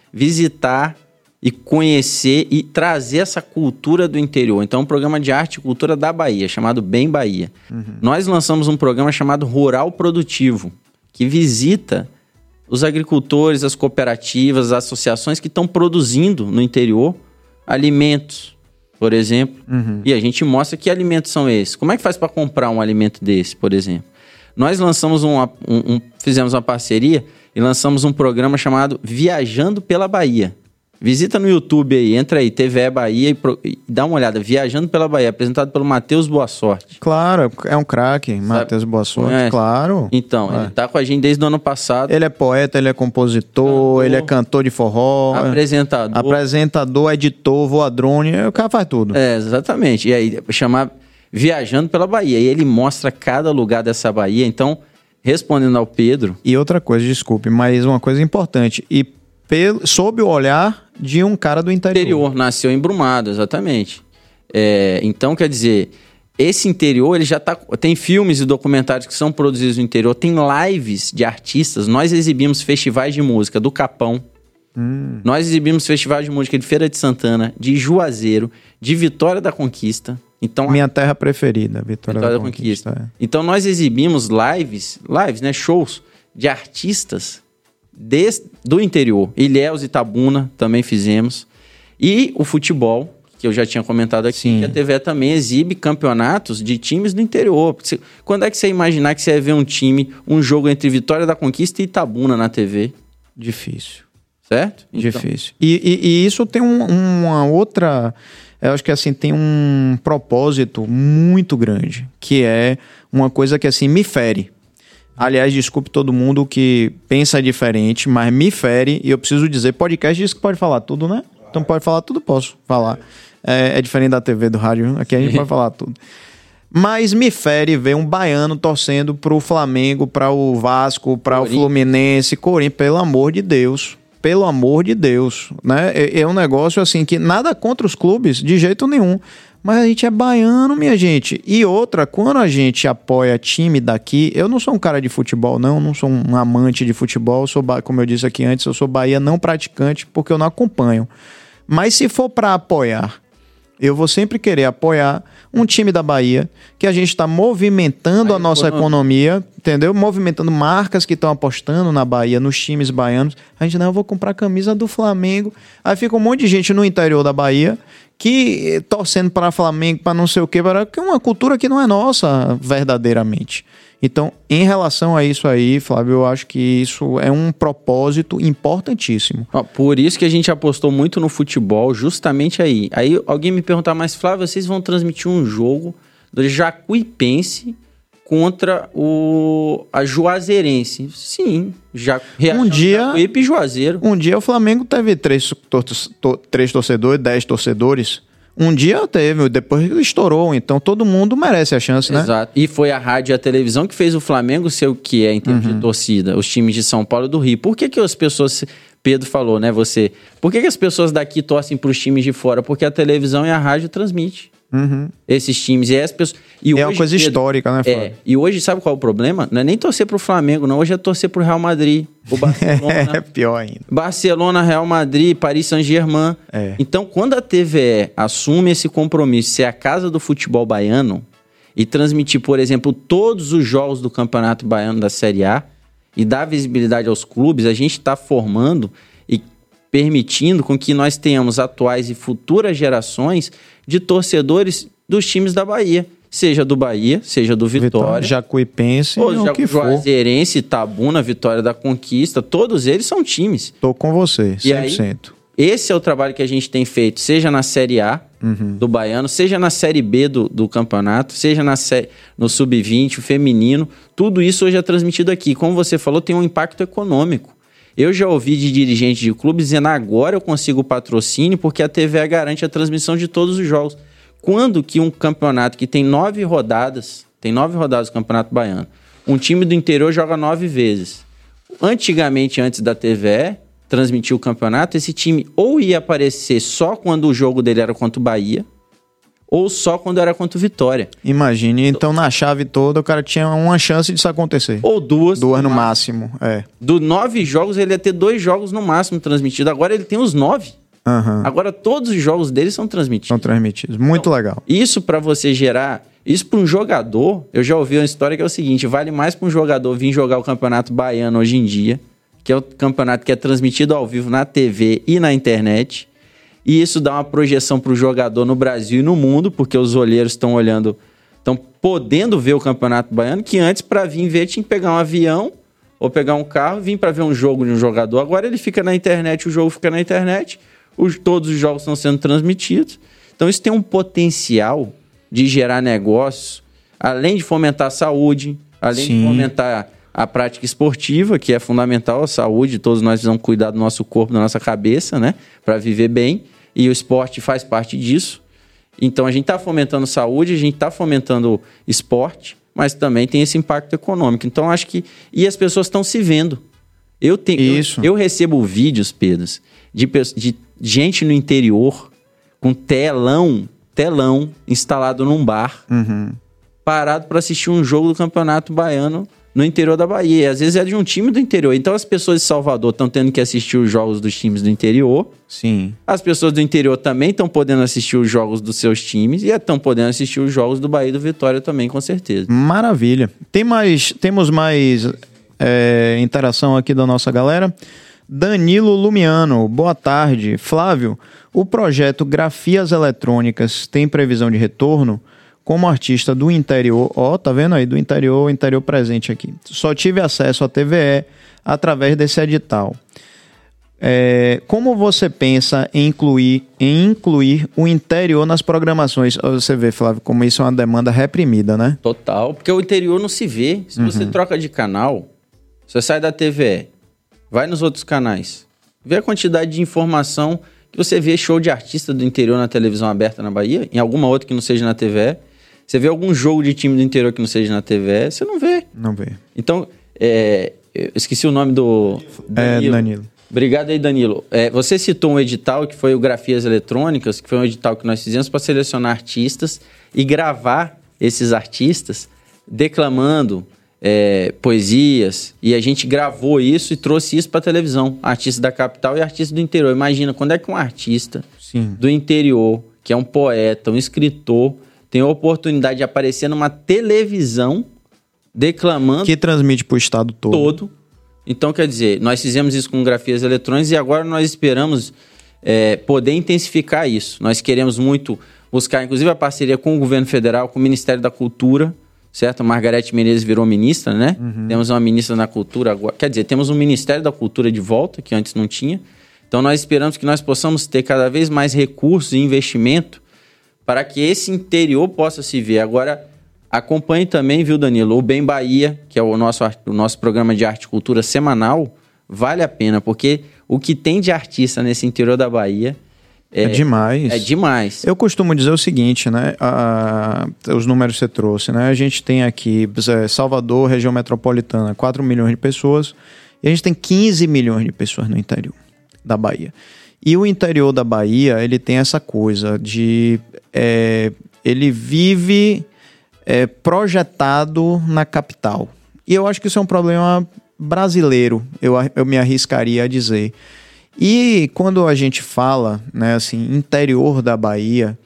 visitar e conhecer e trazer essa cultura do interior. Então, é um programa de arte e cultura da Bahia, chamado Bem Bahia. Uhum. Nós lançamos um programa chamado Rural Produtivo, que visita os agricultores, as cooperativas, as associações que estão produzindo no interior alimentos, por exemplo. Uhum. E a gente mostra que alimentos são esses. Como é que faz para comprar um alimento desse, por exemplo? Nós lançamos uma, um, um, fizemos uma parceria e lançamos um programa chamado Viajando pela Bahia. Visita no YouTube aí, entra aí, T V E Bahia e, pro, e dá uma olhada. Viajando pela Bahia, apresentado pelo Matheus Boa Sorte. Claro, é um craque, Matheus Boa Sorte, é. Claro. Então, é. Ele tá com a gente desde o ano passado. Ele é poeta, ele é compositor, cantor, ele é cantor de forró. Apresentador. Apresentador, editor, voa drone, o cara faz tudo. É, exatamente. E aí, chamar Viajando pela Bahia. E ele mostra cada lugar dessa Bahia. Então, respondendo ao Pedro... E outra coisa, desculpe, mas uma coisa importante. E pelo, sob o olhar de um cara do interior. Interior, nasceu em Brumado, exatamente. É, então, quer dizer, esse interior, ele já tá... Tem filmes e documentários que são produzidos no interior, tem lives de artistas. Nós exibimos festivais de música do Capão. Hum. Nós exibimos festivais de música de Feira de Santana, de Juazeiro, de Vitória da Conquista. Então, minha terra preferida, Vitória, Vitória da, da Conquista. Conquista é. Então, nós exibimos lives, lives, né, shows de artistas de, do interior. Ilhéus e Itabuna também fizemos. E o futebol, que eu já tinha comentado aqui, Sim. que a T V E também exibe campeonatos de times do interior. Quando é que você ia imaginar que você ia ver um time, um jogo entre Vitória da Conquista e Itabuna na T V? Difícil. Certo? Então. Difícil. E, e, e isso tem um, uma outra... Eu acho que assim, tem um propósito muito grande, que é uma coisa que assim, me fere. Aliás, desculpe todo mundo que pensa diferente, mas me fere, e eu preciso dizer, podcast diz que pode falar tudo, né? Então pode falar tudo, posso falar. É, é diferente da T V, do rádio, aqui a gente pode falar tudo. Mas me fere ver um baiano torcendo pro Flamengo, para o Vasco, para o Fluminense, Corinthians, pelo amor de Deus. Pelo amor de Deus, né? É, é um negócio assim que nada contra os clubes, de jeito nenhum. Mas a gente é baiano, minha gente. E outra, quando a gente apoia time daqui... Eu não sou um cara de futebol, não. Não sou um amante de futebol. Eu sou, como eu disse aqui antes, eu sou Bahia não praticante, porque eu não acompanho. Mas se for para apoiar, eu vou sempre querer apoiar um time da Bahia, que a gente está movimentando Aí, a nossa quando... economia, entendeu? Movimentando marcas que estão apostando na Bahia, nos times baianos. A gente, não, eu vou comprar a camisa do Flamengo. Aí fica um monte de gente no interior da Bahia que torcendo para Flamengo, para não sei o quê, para que é uma cultura que não é nossa verdadeiramente. Então, em relação a isso aí, Flávio, eu acho que isso é um propósito importantíssimo. Por isso que a gente apostou muito no futebol, justamente aí. Aí alguém me perguntar, mas Flávio, vocês vão transmitir um jogo do Jacuipense contra o a Juazeirense? Sim, já um dia, Jacuípe e Juazeiro. Um dia o Flamengo teve três, tor tor três torcedores, dez torcedores. Um dia teve, depois estourou, então todo mundo merece a chance, né? Exato. E foi a rádio e a televisão que fez o Flamengo ser o que é em termos uhum. de torcida, os times de São Paulo e do Rio. Por que que as pessoas, Pedro falou, né, você, por que que as pessoas daqui torcem para os times de fora? Porque a televisão e a rádio transmitem uhum. esses times. E as pessoas, e é hoje, uma coisa Pedro, histórica, né, Flávio? É, e hoje sabe qual é o problema? Não é nem torcer para o Flamengo, não. Hoje é torcer para o Real Madrid, o Barcelona. É pior ainda. Barcelona, Real Madrid, Paris Saint-Germain. É. Então, quando a T V E assume esse compromisso de ser a casa do futebol baiano e transmitir, por exemplo, todos os jogos do Campeonato Baiano da Série A e dar visibilidade aos clubes, a gente está formando e permitindo com que nós tenhamos atuais e futuras gerações de torcedores dos times da Bahia. Seja do Bahia, seja do Vitória, Vitória Jacuipense, ou o que for. Juazeirense, Itabuna, Vitória da Conquista, todos eles são times. Tô com você, cem por cento. E aí, esse é o trabalho que a gente tem feito, seja na Série A uhum. do Baiano, seja na Série B do, do campeonato, seja na sé... no sub vinte, o feminino. Tudo isso hoje é transmitido aqui. Como você falou, tem um impacto econômico. Eu já ouvi de dirigentes de clubes dizendo, agora eu consigo patrocínio porque a T V E garante a transmissão de todos os jogos. Quando que um campeonato que tem nove rodadas, tem nove rodadas do Campeonato Baiano, um time do interior joga nove vezes. Antigamente, antes da T V E transmitir o campeonato, esse time ou ia aparecer só quando o jogo dele era contra o Bahia, ou só quando era contra o Vitória. Imagine, então na chave toda o cara tinha uma chance disso acontecer. Ou duas. Duas no máximo, máximo é. Do nove jogos, ele ia ter dois jogos no máximo transmitidos. Agora ele tem os nove. Uhum. Agora todos os jogos dele são transmitidos. São transmitidos. Muito então, legal. Isso para você gerar... Isso para um jogador... Eu já ouvi uma história que é o seguinte... Vale mais para um jogador vir jogar o Campeonato Baiano hoje em dia, que é o campeonato que é transmitido ao vivo na T V e na internet. E isso dá uma projeção para o jogador no Brasil e no mundo, porque os olheiros estão olhando... Estão podendo ver o Campeonato Baiano, que antes para vir ver tinha que pegar um avião ou pegar um carro, vir para ver um jogo de um jogador. Agora ele fica na internet, o jogo fica na internet... Os, todos os jogos estão sendo transmitidos. Então isso tem um potencial de gerar negócios, além de fomentar a saúde, além Sim. de fomentar a prática esportiva, que é fundamental, a saúde, todos nós precisamos cuidar do nosso corpo, da nossa cabeça, né, para viver bem, e o esporte faz parte disso. Então a gente está fomentando saúde, a gente está fomentando esporte, mas também tem esse impacto econômico. Então acho que... E as pessoas estão se vendo. Eu, tenho, Isso. eu, eu recebo vídeos, Pedro, de, de gente no interior com telão, telão instalado num bar, uhum. parado para assistir um jogo do Campeonato Baiano no interior da Bahia. E às vezes é de um time do interior. Então as pessoas de Salvador estão tendo que assistir os jogos dos times do interior. Sim. As pessoas do interior também estão podendo assistir os jogos dos seus times e estão podendo assistir os jogos do Bahia e do Vitória também, com certeza. Maravilha. Tem mais, temos mais é, interação aqui da nossa galera. Danilo Lumiano, boa tarde. Flávio, o projeto Grafias Eletrônicas tem previsão de retorno? Como artista do interior, ó, tá vendo aí, do interior, interior presente aqui. Só tive acesso à T V E através desse edital. É, como você pensa em incluir, em incluir o interior nas programações? Você vê, Flávio, como isso é uma demanda reprimida, né? Total, porque o interior não se vê. Se uhum. você troca de canal, você sai da T V E, vai nos outros canais, vê a quantidade de informação que você vê show de artista do interior na televisão aberta na Bahia, em alguma outra que não seja na T V. Você vê algum jogo de time do interior que não seja na T V, você não vê. Não vê. Então, é, eu esqueci o nome do... Danilo. É, Danilo. Obrigado aí, Danilo. É, você citou um edital que foi o Grafias Eletrônicas, que foi um edital que nós fizemos para selecionar artistas e gravar esses artistas declamando é, poesias. E a gente gravou isso e trouxe isso para a televisão. Artistas da capital e artistas do interior. Imagina, quando é que um artista Sim. do interior, que é um poeta, um escritor, tem a oportunidade de aparecer numa televisão declamando... Que transmite para o estado todo. Todo. Então, quer dizer, nós fizemos isso com Grafias Eletrônicas e agora nós esperamos é, poder intensificar isso. Nós queremos muito buscar, inclusive, a parceria com o governo federal, com o Ministério da Cultura, certo? A Margarete Menezes virou ministra, né? Uhum. Temos uma ministra da Cultura agora. Quer dizer, temos um Ministério da Cultura de volta, que antes não tinha. Então, nós esperamos que nós possamos ter cada vez mais recursos e investimento para que esse interior possa se ver. Agora... Acompanhe também, viu, Danilo, o Bem Bahia, que é o nosso, o nosso programa de arte e cultura semanal, vale a pena, porque o que tem de artista nesse interior da Bahia... É, é demais. É demais. Eu costumo dizer o seguinte, né, a, os números que você trouxe, né, a gente tem aqui Salvador, região metropolitana, quatro milhões de pessoas, e a gente tem quinze milhões de pessoas no interior da Bahia. E o interior da Bahia, ele tem essa coisa de... É, ele vive... É, projetado na capital. E eu acho que isso é um problema brasileiro, eu, eu me arriscaria a dizer. E quando a gente fala, né, assim, interior da Bahia,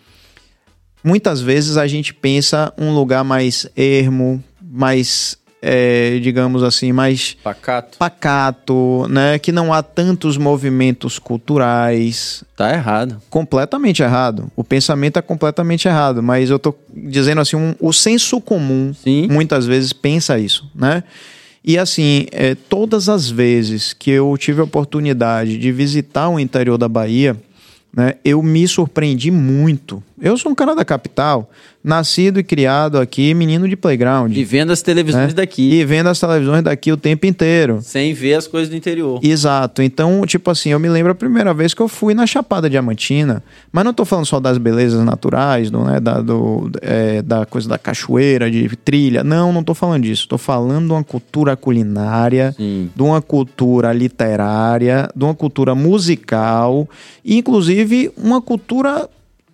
muitas vezes a gente pensa um lugar mais ermo, mais, é, digamos assim, mais... Pacato. Pacato, né, que não há tantos movimentos culturais. Tá errado. Completamente errado. O pensamento é completamente errado, mas eu tô dizendo assim, um, o senso comum Sim. muitas vezes pensa isso, né? E assim, é, todas as vezes que eu tive a oportunidade de visitar o interior da Bahia, né, eu me surpreendi muito. Eu sou um cara da capital, nascido e criado aqui, menino de playground. E vendo as televisões, né, daqui. E vendo as televisões daqui o tempo inteiro. Sem ver as coisas do interior. Exato. Então, tipo assim, eu me lembro a primeira vez que eu fui na Chapada Diamantina, mas não tô falando só das belezas naturais, do, né, da, do, é, da coisa da cachoeira, de trilha. Não, não tô falando disso. Tô falando de uma cultura culinária, Sim. de uma cultura literária, de uma cultura musical, e inclusive uma cultura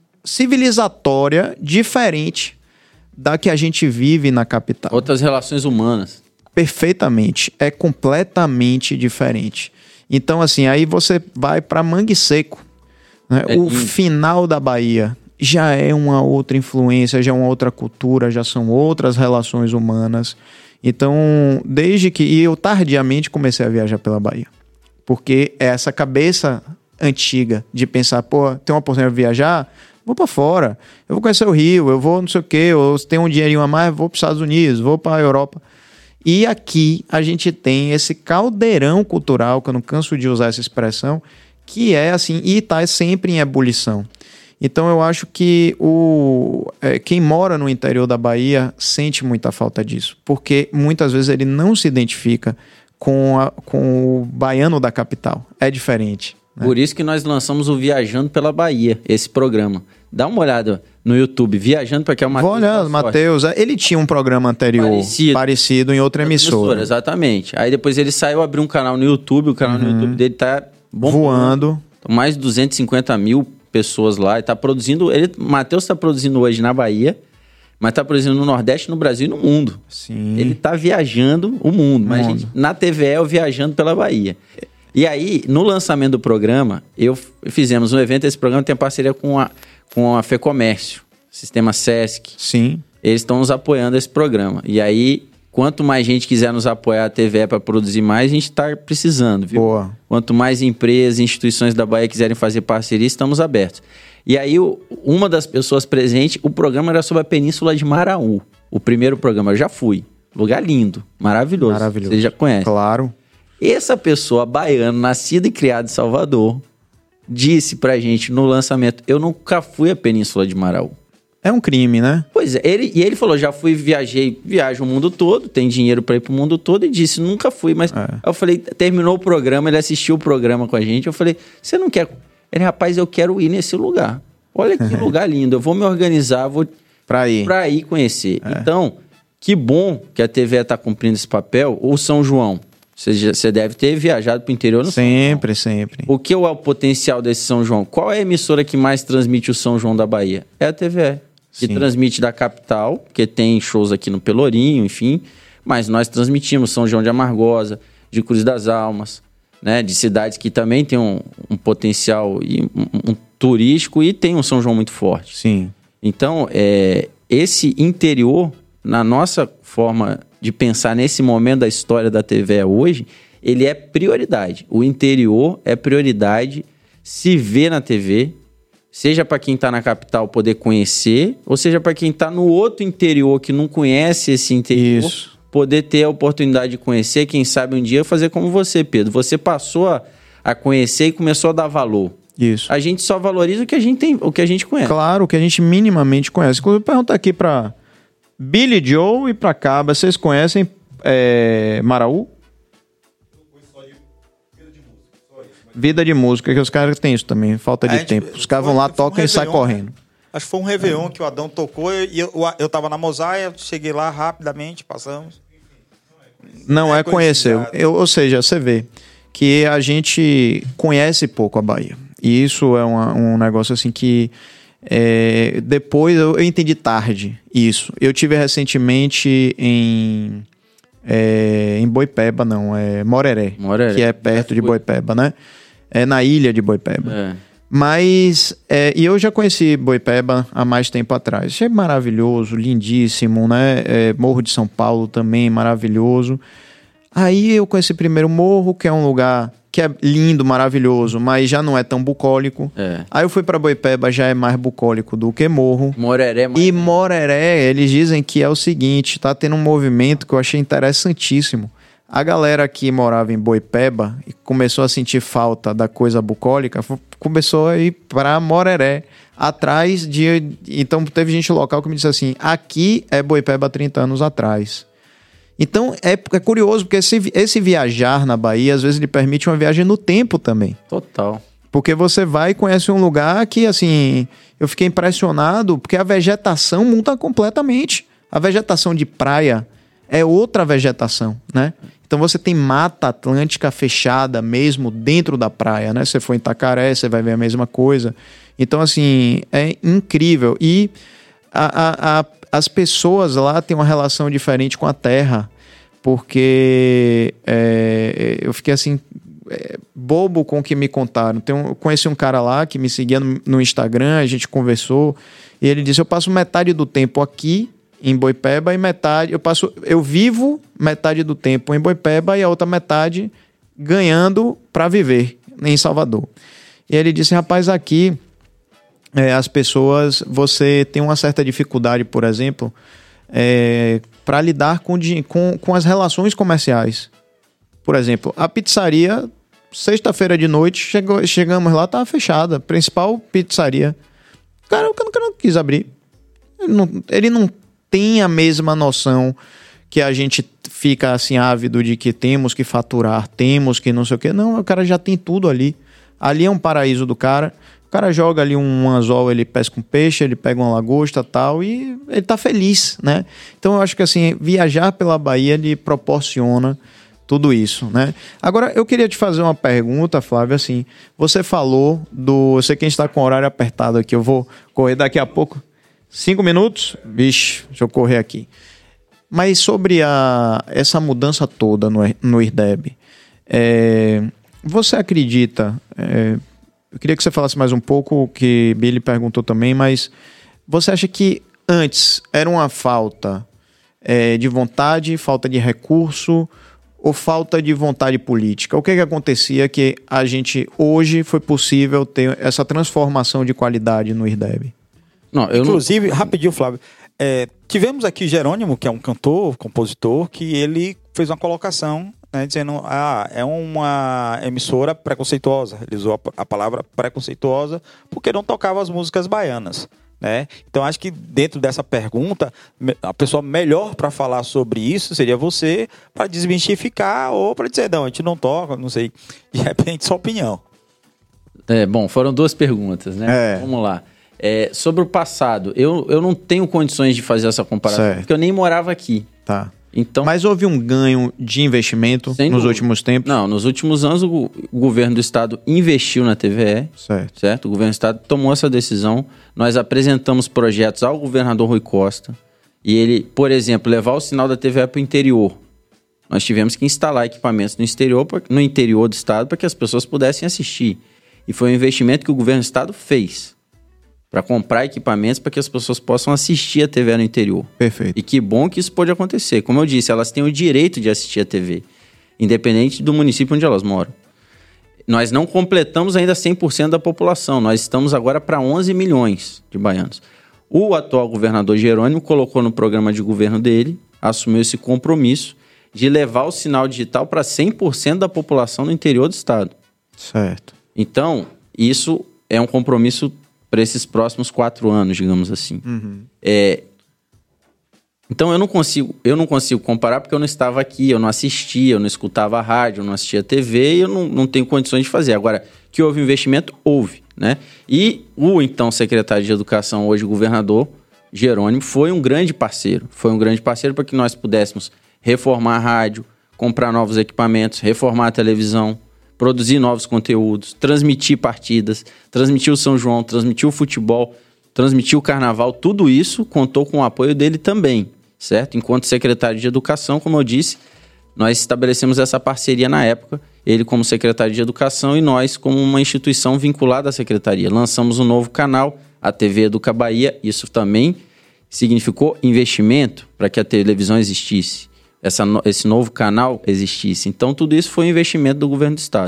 civilizatória diferente da que a gente vive na capital. Outras relações humanas. Perfeitamente. É completamente diferente. Então, assim, aí você vai para Mangue Seco, né? É o lindo. Final da Bahia já é uma outra influência, já é uma outra cultura, já são outras relações humanas. Então, desde que... E eu tardiamente comecei a viajar pela Bahia. Porque é essa cabeça antiga de pensar, pô, tem uma oportunidade de viajar... Vou para fora, eu vou conhecer o Rio, eu vou não sei o quê, ou se tem um dinheirinho a mais, vou para os Estados Unidos, vou para a Europa. E aqui a gente tem esse caldeirão cultural, que eu não canso de usar essa expressão, que é assim, e está sempre em ebulição. Então eu acho que o, é, quem mora no interior da Bahia sente muita falta disso, porque muitas vezes ele não se identifica com, a, com o baiano da capital, é diferente. Por isso que nós lançamos o Viajando pela Bahia, esse programa. Dá uma olhada no YouTube, Viajando, porque é o Matheus. Vou olhar, Matheus, ele tinha um programa anterior parecido, parecido em outra emissora. emissora. Exatamente. Aí depois ele saiu, abriu um canal no YouTube, o canal uhum. no YouTube dele tá bombando. Voando. Mais de duzentas e cinquenta mil pessoas lá. Ele tá produzindo, ele, Matheus está produzindo hoje na Bahia, mas tá produzindo no Nordeste, no Brasil e no mundo. Sim. Ele tá viajando o mundo, mas mundo. Gente, na T V é o Viajando pela Bahia. E aí, no lançamento do programa, eu fizemos um evento, esse programa tem parceria com a, com a FEComércio, Sistema Sesc. Sim. Eles estão nos apoiando esse programa. E aí, quanto mais gente quiser nos apoiar a T V para produzir mais, a gente está precisando, viu? Boa. Quanto mais empresas, instituições da Bahia quiserem fazer parceria, estamos abertos. E aí, uma das pessoas presentes, o programa era sobre a Península de Maraú. O primeiro programa, eu já fui. Lugar lindo, maravilhoso. Maravilhoso. Você já conhece. Claro. Essa pessoa baiana, nascida e criada em Salvador, disse pra gente no lançamento, eu nunca fui à Península de Maraú. É um crime, né? Pois é, ele, e ele falou, já fui, viajei, viajo o mundo todo, tem dinheiro pra ir pro mundo todo, e disse, nunca fui, mas... É. Eu falei, terminou o programa, ele assistiu o programa com a gente, eu falei, você não quer... Ele, rapaz, eu quero ir nesse lugar. Olha que lugar lindo, eu vou me organizar, vou para ir. Pra ir conhecer. É. Então, que bom que a T V E está cumprindo esse papel. O São João, você deve ter viajado para o interior no Sempre, São João. sempre. O que é o potencial desse São João? Qual é a emissora que mais transmite o São João da Bahia? É a T V E. Que Sim. transmite da capital, porque tem shows aqui no Pelourinho, enfim. Mas nós transmitimos São João de Amargosa, de Cruz das Almas, né? De cidades que também têm um, um potencial e um, um turístico e tem um São João muito forte. Sim. Então, é, esse interior, na nossa forma de pensar nesse momento da história da T V E hoje, ele é prioridade. O interior é prioridade, se vê na T V, seja para quem está na capital poder conhecer, ou seja para quem está no outro interior que não conhece esse interior, Isso. poder ter a oportunidade de conhecer, quem sabe um dia fazer como você, Pedro. Você passou a, a conhecer e começou a dar valor. Isso. A gente só valoriza o que a gente tem, o que a gente conhece. Claro, o que a gente minimamente conhece. Inclusive, pergunta aqui para Billy Joe e para Caba, vocês conhecem é, Maraú? Vida de música, que os caras têm isso também, falta de gente, tempo. Os caras vão lá, tocam um e saem correndo. Acho que foi um Réveillon que o Adão tocou e eu, eu tava na Mosaia, cheguei lá rapidamente, passamos. Não é, é conheceu. Eu, ou seja, você vê que a gente conhece pouco a Bahia. E isso é uma, um negócio assim que é, depois eu, eu entendi tarde isso. Eu tive recentemente em... É, em Boipeba, não, é Moreré, Moreré, que é perto de Boipeba, né? É na ilha de Boipeba. É. Mas, é, e eu já conheci Boipeba há mais tempo atrás. Achei maravilhoso, lindíssimo, né? É, Morro de São Paulo também, maravilhoso. Aí eu conheci primeiro Morro, que é um lugar que é lindo, maravilhoso, mas já não é tão bucólico. É. Aí eu fui pra Boipeba, já é mais bucólico do que Morro. Moreré. E Moreré, eles dizem que é o seguinte, tá tendo um movimento que eu achei interessantíssimo. A galera que morava em Boipeba e começou a sentir falta da coisa bucólica, começou a ir pra Moreré, atrás de... Então teve gente local que me disse assim, aqui é Boipeba há trinta anos atrás. Então, é, é curioso, porque esse, esse viajar na Bahia, às vezes, lhe permite uma viagem no tempo também. Total. Porque você vai e conhece um lugar que, assim, eu fiquei impressionado, porque a vegetação muda completamente. A vegetação de praia é outra vegetação, né? Então, você tem mata atlântica fechada mesmo dentro da praia, né? Você for em Itacaré, você vai ver a mesma coisa. Então, assim, é incrível. E a... a, a as pessoas lá têm uma relação diferente com a terra, porque é, eu fiquei assim, é, bobo com o que me contaram. Tem um, eu conheci um cara lá que me seguia no, no Instagram, a gente conversou, e ele disse, eu passo metade do tempo aqui em Boipeba e metade, eu passo, eu vivo metade do tempo em Boipeba e a outra metade ganhando para viver em Salvador. E ele disse, rapaz, aqui É, as pessoas, você tem uma certa dificuldade, por exemplo, é, para lidar com, com, com as relações comerciais. Por exemplo, a pizzaria, sexta-feira de noite, chegou, chegamos lá, estava fechada. Principal pizzaria. Cara, o cara não quis abrir. Ele não, ele não tem a mesma noção que a gente fica assim ávido de que temos que faturar, temos que não sei o quê. Não, o cara já tem tudo ali. Ali é um paraíso do cara. O cara joga ali um anzol, ele pesca um peixe, ele pega uma lagosta e tal, e ele tá feliz, né? Então eu acho que assim, viajar pela Bahia lhe proporciona tudo isso, né? Agora, eu queria te fazer uma pergunta, Flávio, assim, você falou do... Eu sei que a gente tá com o horário apertado aqui, eu vou correr daqui a pouco. Cinco minutos? Vixe, deixa eu correr aqui. Mas sobre a, essa mudança toda no, no IRDEB, é, você acredita... É, eu queria que você falasse mais um pouco o que Billy perguntou também, mas você acha que antes era uma falta é, de vontade, falta de recurso ou falta de vontade política? O que que acontecia que a gente hoje foi possível ter essa transformação de qualidade no IRDEB? Não, eu Inclusive, não... rapidinho, Flávio, é, tivemos aqui Jerônimo, que é um cantor, compositor, que ele fez uma colocação, né, dizendo, ah, é uma emissora preconceituosa. Ele usou a, a palavra preconceituosa porque não tocava as músicas baianas, né? Então, acho que dentro dessa pergunta, a pessoa melhor para falar sobre isso seria você, para desmistificar ou para dizer, não, a gente não toca, não sei, de repente, sua opinião. É, bom, foram duas perguntas, né? É. Vamos lá. É, sobre o passado, eu, eu não tenho condições de fazer essa comparação, certo. Porque eu nem morava aqui. Tá. Então, mas houve um ganho de investimento nos dúvida. últimos tempos? Não, nos últimos anos o, o governo do estado investiu na T V E, certo. certo? O governo do estado tomou essa decisão. Nós apresentamos projetos ao governador Rui Costa e ele, por exemplo, levar o sinal da T V E para o interior. Nós tivemos que instalar equipamentos no exterior, no interior do estado para que as pessoas pudessem assistir. E foi um investimento que o governo do estado fez para comprar equipamentos para que as pessoas possam assistir a T V no interior. Perfeito. E que bom que isso pode acontecer. Como eu disse, elas têm o direito de assistir a T V, independente do município onde elas moram. Nós não completamos ainda cem por cento da população. Nós estamos agora para onze milhões de baianos. O atual governador Jerônimo colocou no programa de governo dele, assumiu esse compromisso de levar o sinal digital para cem por cento da população no interior do estado. Certo. Então, isso é um compromisso para esses próximos quatro anos, digamos assim. Uhum. É, então eu não consigo, eu não consigo comparar porque eu não estava aqui, eu não assistia, eu não escutava a rádio, eu não assistia a T V e eu não, não tenho condições de fazer. Agora, que houve investimento, houve, né? E o então secretário de Educação, hoje governador, Jerônimo, foi um grande parceiro. Foi um grande parceiro para que nós pudéssemos reformar a rádio, comprar novos equipamentos, reformar a televisão, produzir novos conteúdos, transmitir partidas, transmitir o São João, transmitir o futebol, transmitir o carnaval, tudo isso contou com o apoio dele também, certo? Enquanto secretário de Educação, como eu disse, nós estabelecemos essa parceria na época, ele como secretário de Educação e nós como uma instituição vinculada à secretaria. Lançamos um novo canal, a T V Educa Bahia, isso também significou investimento para que a televisão existisse. Essa, esse novo canal existisse. Então, tudo isso foi um investimento do governo do estado.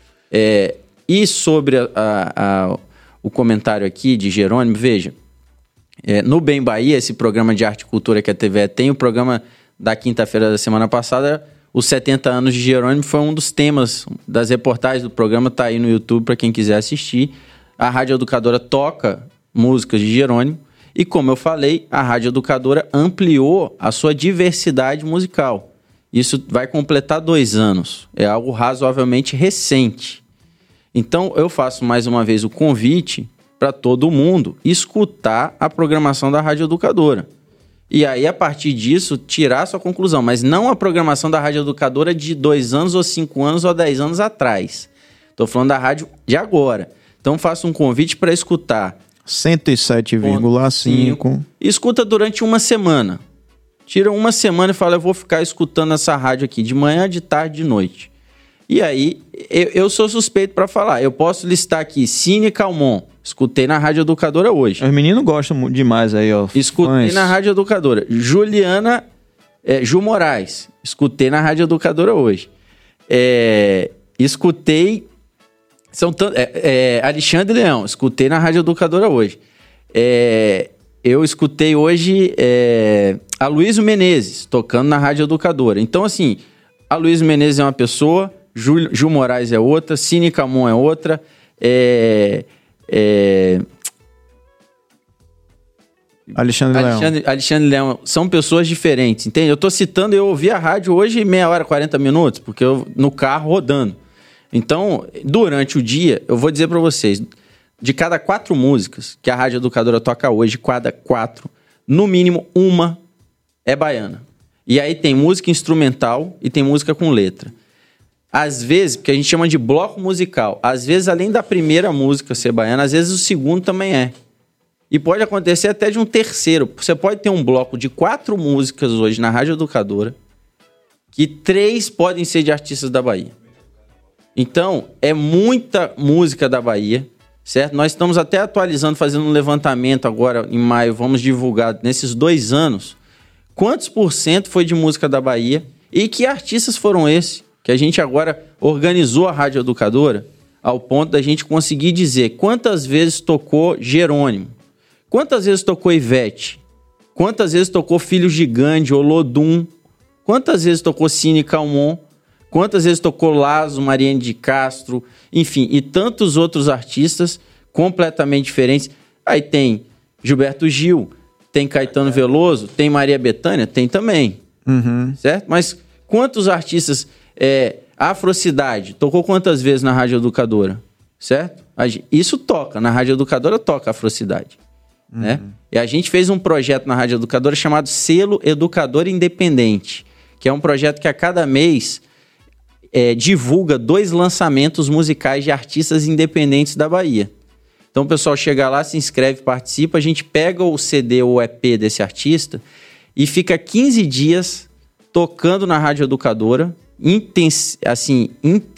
É, e sobre a, a, a, o comentário aqui de Jerônimo, veja, é, no Bem Bahia, esse programa de arte e cultura que a T V E tem, o programa da quinta-feira da semana passada, os setenta anos de Jerônimo foi um dos temas das reportagens do programa, está aí no YouTube para quem quiser assistir. A Rádio Educadora toca músicas de Jerônimo. E como eu falei, a Rádio Educadora ampliou a sua diversidade musical. Isso vai completar dois anos. É algo razoavelmente recente. Então, eu faço mais uma vez o convite para todo mundo escutar a programação da Rádio Educadora. E aí, a partir disso, tirar a sua conclusão. Mas não a programação da Rádio Educadora de dois anos, ou cinco anos, ou dez anos atrás. Estou falando da rádio de agora. Então, faço um convite para escutar cento e sete vírgula cinco. Escuta durante uma semana. Tira uma semana e fala, eu vou ficar escutando essa rádio aqui de manhã, de tarde, de noite. E aí, eu, eu sou suspeito para falar. Eu posso listar aqui Cine Calmon. Escutei na Rádio Educadora hoje. Os meninos gostam demais aí, ó. Escutei Fãs. na Rádio Educadora. Juliana é, Ju Moraes. Escutei na Rádio Educadora hoje. É, escutei... São t- é, é, Alexandre Leão, escutei na Rádio Educadora hoje. É, eu escutei hoje é, a Luísio Menezes, tocando na Rádio Educadora. Então, assim, a Luísio Menezes é uma pessoa, Ju, Ju Moraes é outra, Cine Camon é outra, é, é, Alexandre, Alexandre, Leão. Alexandre Leão. São pessoas diferentes, entende? Eu tô citando, eu ouvi a rádio hoje meia hora, quarenta minutos, porque eu no carro rodando. Então, durante o dia, eu vou dizer para vocês, de cada quatro músicas que a Rádio Educadora toca hoje, cada quatro, no mínimo uma é baiana. E aí tem música instrumental e tem música com letra. Às vezes, porque a gente chama de bloco musical, às vezes além da primeira música ser baiana, às vezes o segundo também é. E pode acontecer até de um terceiro. Você pode ter um bloco de quatro músicas hoje na Rádio Educadora, que três podem ser de artistas da Bahia. Então, é muita música da Bahia, certo? Nós estamos até atualizando, fazendo um levantamento agora em maio, vamos divulgar nesses dois anos, quantos por cento foi de música da Bahia e que artistas foram esses, que a gente agora organizou a Rádio Educadora ao ponto da gente conseguir dizer quantas vezes tocou Jerônimo, quantas vezes tocou Ivete, quantas vezes tocou Filho Gigante, Olodum, quantas vezes tocou Cine Calmon, quantas vezes tocou Lazo, Mariane de Castro, enfim, e tantos outros artistas completamente diferentes. Aí tem Gilberto Gil, tem Caetano Veloso, tem Maria Bethânia, tem também, uhum. certo? Mas quantos artistas... É, Afrocidade, tocou quantas vezes na Rádio Educadora? certo? Isso toca, na Rádio Educadora toca a Afrocidade, uhum. né? E a gente fez um projeto na Rádio Educadora chamado Selo Educador Independente, que é um projeto que a cada mês é, divulga dois lançamentos musicais de artistas independentes da Bahia. Então o pessoal chega lá, se inscreve, participa, a gente pega o C D ou o E P desse artista e fica quinze dias tocando na Rádio Educadora, intens, assim,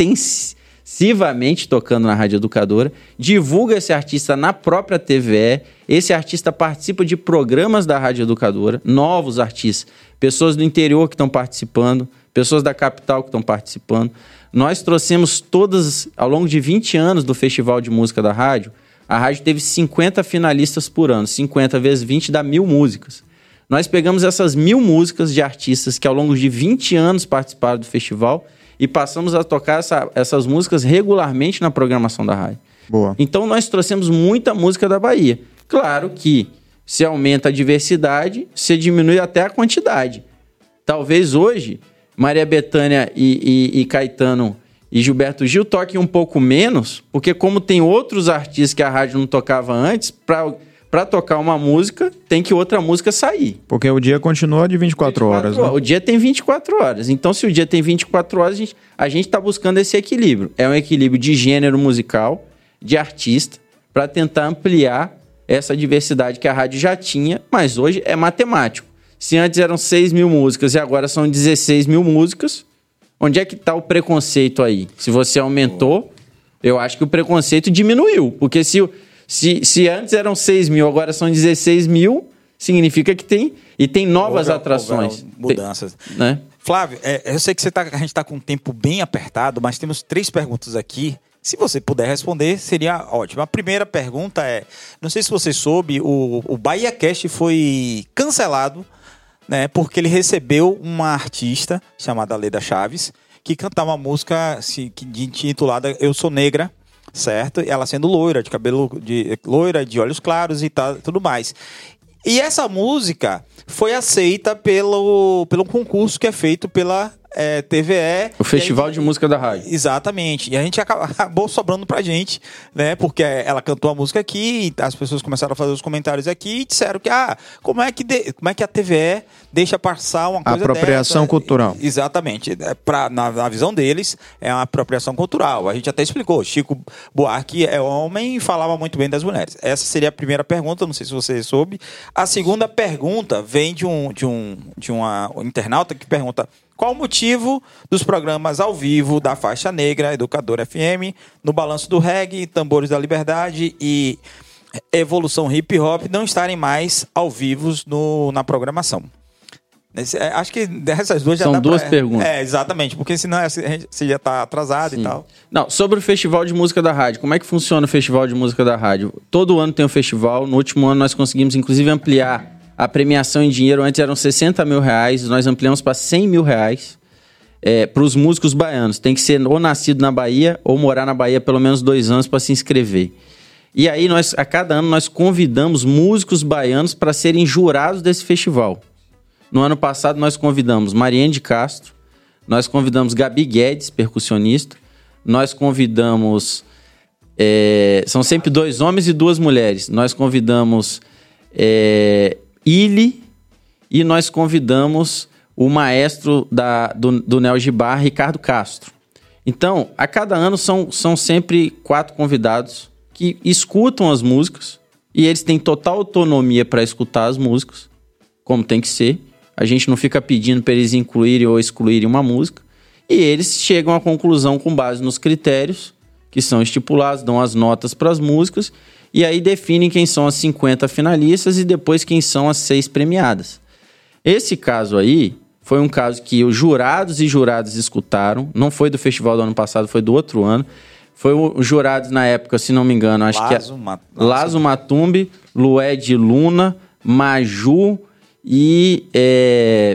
intensivamente tocando na Rádio Educadora, divulga esse artista na própria T V E, esse artista participa de programas da Rádio Educadora, novos artistas, pessoas do interior que estão participando, pessoas da capital que estão participando. Nós trouxemos todas, ao longo de vinte anos do Festival de Música da Rádio, a rádio teve cinquenta finalistas por ano, cinquenta vezes vinte dá mil músicas. Nós pegamos essas mil músicas de artistas que ao longo de vinte anos participaram do festival e passamos a tocar essa, essas músicas regularmente na programação da rádio. Boa. Então nós trouxemos muita música da Bahia. Claro que se aumenta a diversidade, se diminui até a quantidade. Talvez hoje Maria Bethânia e, e, e Caetano e Gilberto Gil toquem um pouco menos, porque como tem outros artistas que a rádio não tocava antes, para... Para tocar uma música, tem que outra música sair. Porque o dia continua de vinte e quatro horas, né? O dia tem vinte e quatro horas. Então, se o dia tem vinte e quatro horas, a gente está buscando esse equilíbrio. É um equilíbrio de gênero musical, de artista, para tentar ampliar essa diversidade que a rádio já tinha, mas hoje é matemático. Se antes eram seis mil músicas e agora são dezesseis mil músicas, onde é que está o preconceito aí? Se você aumentou, eu acho que o preconceito diminuiu. Porque se... Se, se antes eram seis mil, agora são dezesseis mil, significa que tem... E tem novas houve, atrações. Houve mudanças. Tem, né? Flávio, é, eu sei que você tá, a gente está com um tempo bem apertado, mas temos três perguntas aqui. Se você puder responder, seria ótimo. A primeira pergunta é... Não sei se você soube, o, o BahiaCast foi cancelado, né, porque ele recebeu uma artista chamada Leda Chaves, que cantava uma música assim, intitulada Eu Sou Negra, certo? Ela sendo loira, de cabelo de loira, de olhos claros e tal, tudo mais. E essa música foi aceita pelo, pelo concurso que é feito pela é, T V E. O Festival aí, de Música da Rádio. Exatamente. E a gente acabou sobrando pra gente, né? Porque ela cantou a música aqui, as pessoas começaram a fazer os comentários aqui e disseram que, ah, como é que, de, como é que a T V E deixa passar uma coisa dessa? Apropriação cultural. Exatamente. Pra, na, na visão deles, é uma apropriação cultural. A gente até explicou. Chico Buarque é homem e falava muito bem das mulheres. Essa seria a primeira pergunta, não sei se você soube. A segunda pergunta vem de um, de um, de uma um internauta que pergunta: qual o motivo dos programas ao vivo da Faixa Negra, Educadora F M, no Balanço do Reggae, Tambores da Liberdade e Evolução Hip Hop não estarem mais ao vivo no, na programação? Esse, é, acho que dessas duas já São dá duas pra, perguntas. É, exatamente, porque senão a gente, você já está atrasado Sim. e tal. Não, sobre o Festival de Música da Rádio, como é que funciona o Festival de Música da Rádio? Todo ano tem um festival, no último ano nós conseguimos inclusive ampliar a premiação em dinheiro. Antes eram sessenta mil reais, nós ampliamos para cem mil reais é, para os músicos baianos. Tem que ser ou nascido na Bahia ou morar na Bahia pelo menos dois anos para se inscrever. E aí, nós, a cada ano, nós convidamos músicos baianos para serem jurados desse festival. No ano passado, nós convidamos Mariene de Castro, nós convidamos Gabi Guedes, percussionista, nós convidamos... É, são sempre dois homens e duas mulheres. Nós convidamos é, Ili e nós convidamos o maestro da, do, do Neo Gibá, Ricardo Castro. Então, a cada ano são, são sempre quatro convidados que escutam as músicas e eles têm total autonomia para escutar as músicas, como tem que ser. A gente não fica pedindo para eles incluírem ou excluírem uma música. E eles chegam à conclusão com base nos critérios que são estipulados, dão as notas para as músicas e aí definem quem são as cinquenta finalistas e depois quem são as seis premiadas. Esse caso aí foi um caso que os jurados e juradas escutaram. Não foi do festival do ano passado, foi do outro ano. Foi os jurados na época, se não me engano, acho Lazo, que é Mat- Lazo Matumbi, Lued Luna, Maju... E é,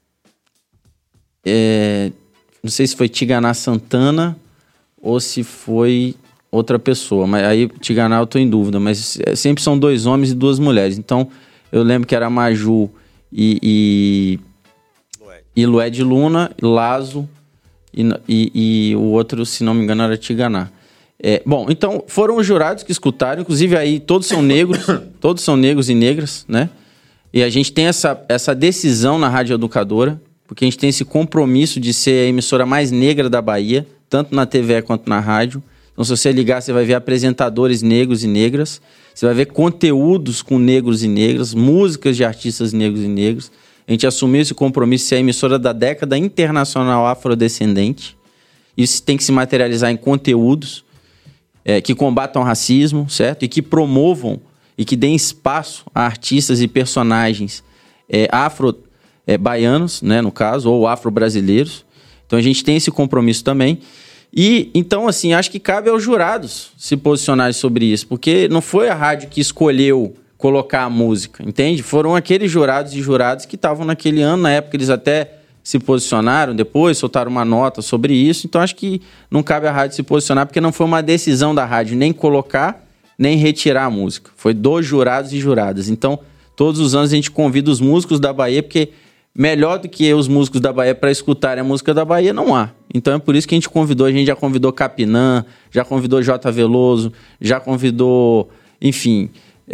é, não sei se foi Tiganá Santana ou se foi outra pessoa, mas aí Tiganá eu tô em dúvida, mas sempre são dois homens e duas mulheres. Então eu lembro que era Maju e, e, e Lued Luna, Lazo e, e, e o outro, se não me engano, era Tiganá. É, bom, então foram os jurados que escutaram, inclusive aí todos são negros, todos são negros e negras, né? E a gente tem essa, essa decisão na Rádio Educadora, porque a gente tem esse compromisso de ser a emissora mais negra da Bahia, tanto na T V quanto na rádio. Então, se você ligar, você vai ver apresentadores negros e negras, você vai ver conteúdos com negros e negras, músicas de artistas negros e negros. A gente assumiu esse compromisso de ser a emissora da década internacional afrodescendente. Isso tem que se materializar em conteúdos é, que combatam o racismo, certo? E que promovam e que deem espaço a artistas e personagens é, afro-baianos, é, né, no caso, ou afro-brasileiros. Então, a gente tem esse compromisso também. E, então, assim, acho que cabe aos jurados se posicionarem sobre isso, porque não foi a rádio que escolheu colocar a música, entende? Foram aqueles jurados e juradas que estavam naquele ano, na época eles até se posicionaram depois, soltaram uma nota sobre isso, então acho que não cabe à rádio se posicionar, porque não foi uma decisão da rádio nem colocar, nem retirar a música. Foi dos jurados e juradas. Então, todos os anos a gente convida os músicos da Bahia, porque melhor do que os músicos da Bahia para escutarem a música da Bahia, não há. Então é por isso que a gente convidou, a gente já convidou Capinã, já convidou J. Veloso, já convidou, enfim,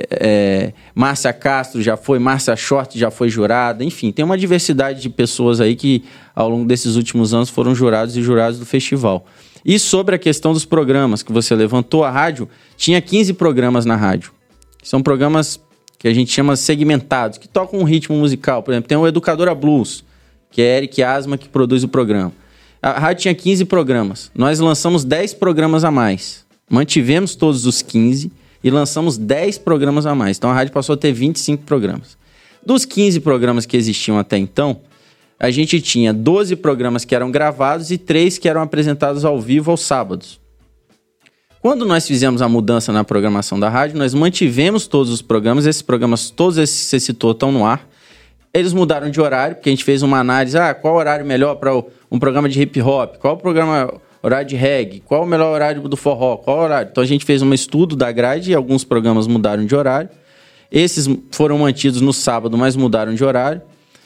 é, Márcia Castro já foi, Márcia Short já foi jurada, enfim, tem uma diversidade de pessoas aí que ao longo desses últimos anos foram jurados e juradas do festival. E sobre a questão dos programas que você levantou, a rádio tinha quinze programas na rádio. São programas que a gente chama segmentados, que tocam um ritmo musical. Por exemplo, tem o Educadora Blues, que é Eric Asma que produz o programa. A rádio tinha quinze programas. Nós lançamos dez programas a mais. Mantivemos todos os quinze e lançamos dez programas a mais. Então a rádio passou a ter vinte e cinco programas. Dos quinze programas que existiam até então, a gente tinha doze programas que eram gravados e três que eram apresentados ao vivo aos sábados. Quando nós fizemos a mudança na programação da rádio, nós mantivemos todos os programas, esses programas, todos esses que você citou, estão no ar. Eles mudaram de horário, porque a gente fez uma análise, ah, qual horário melhor para um programa de hip hop, qual o programa, horário de reggae, qual o melhor horário do forró, qual horário. Então a gente fez um estudo da grade e alguns programas mudaram de horário. Esses foram mantidos no sábado, mas mudaram de horário.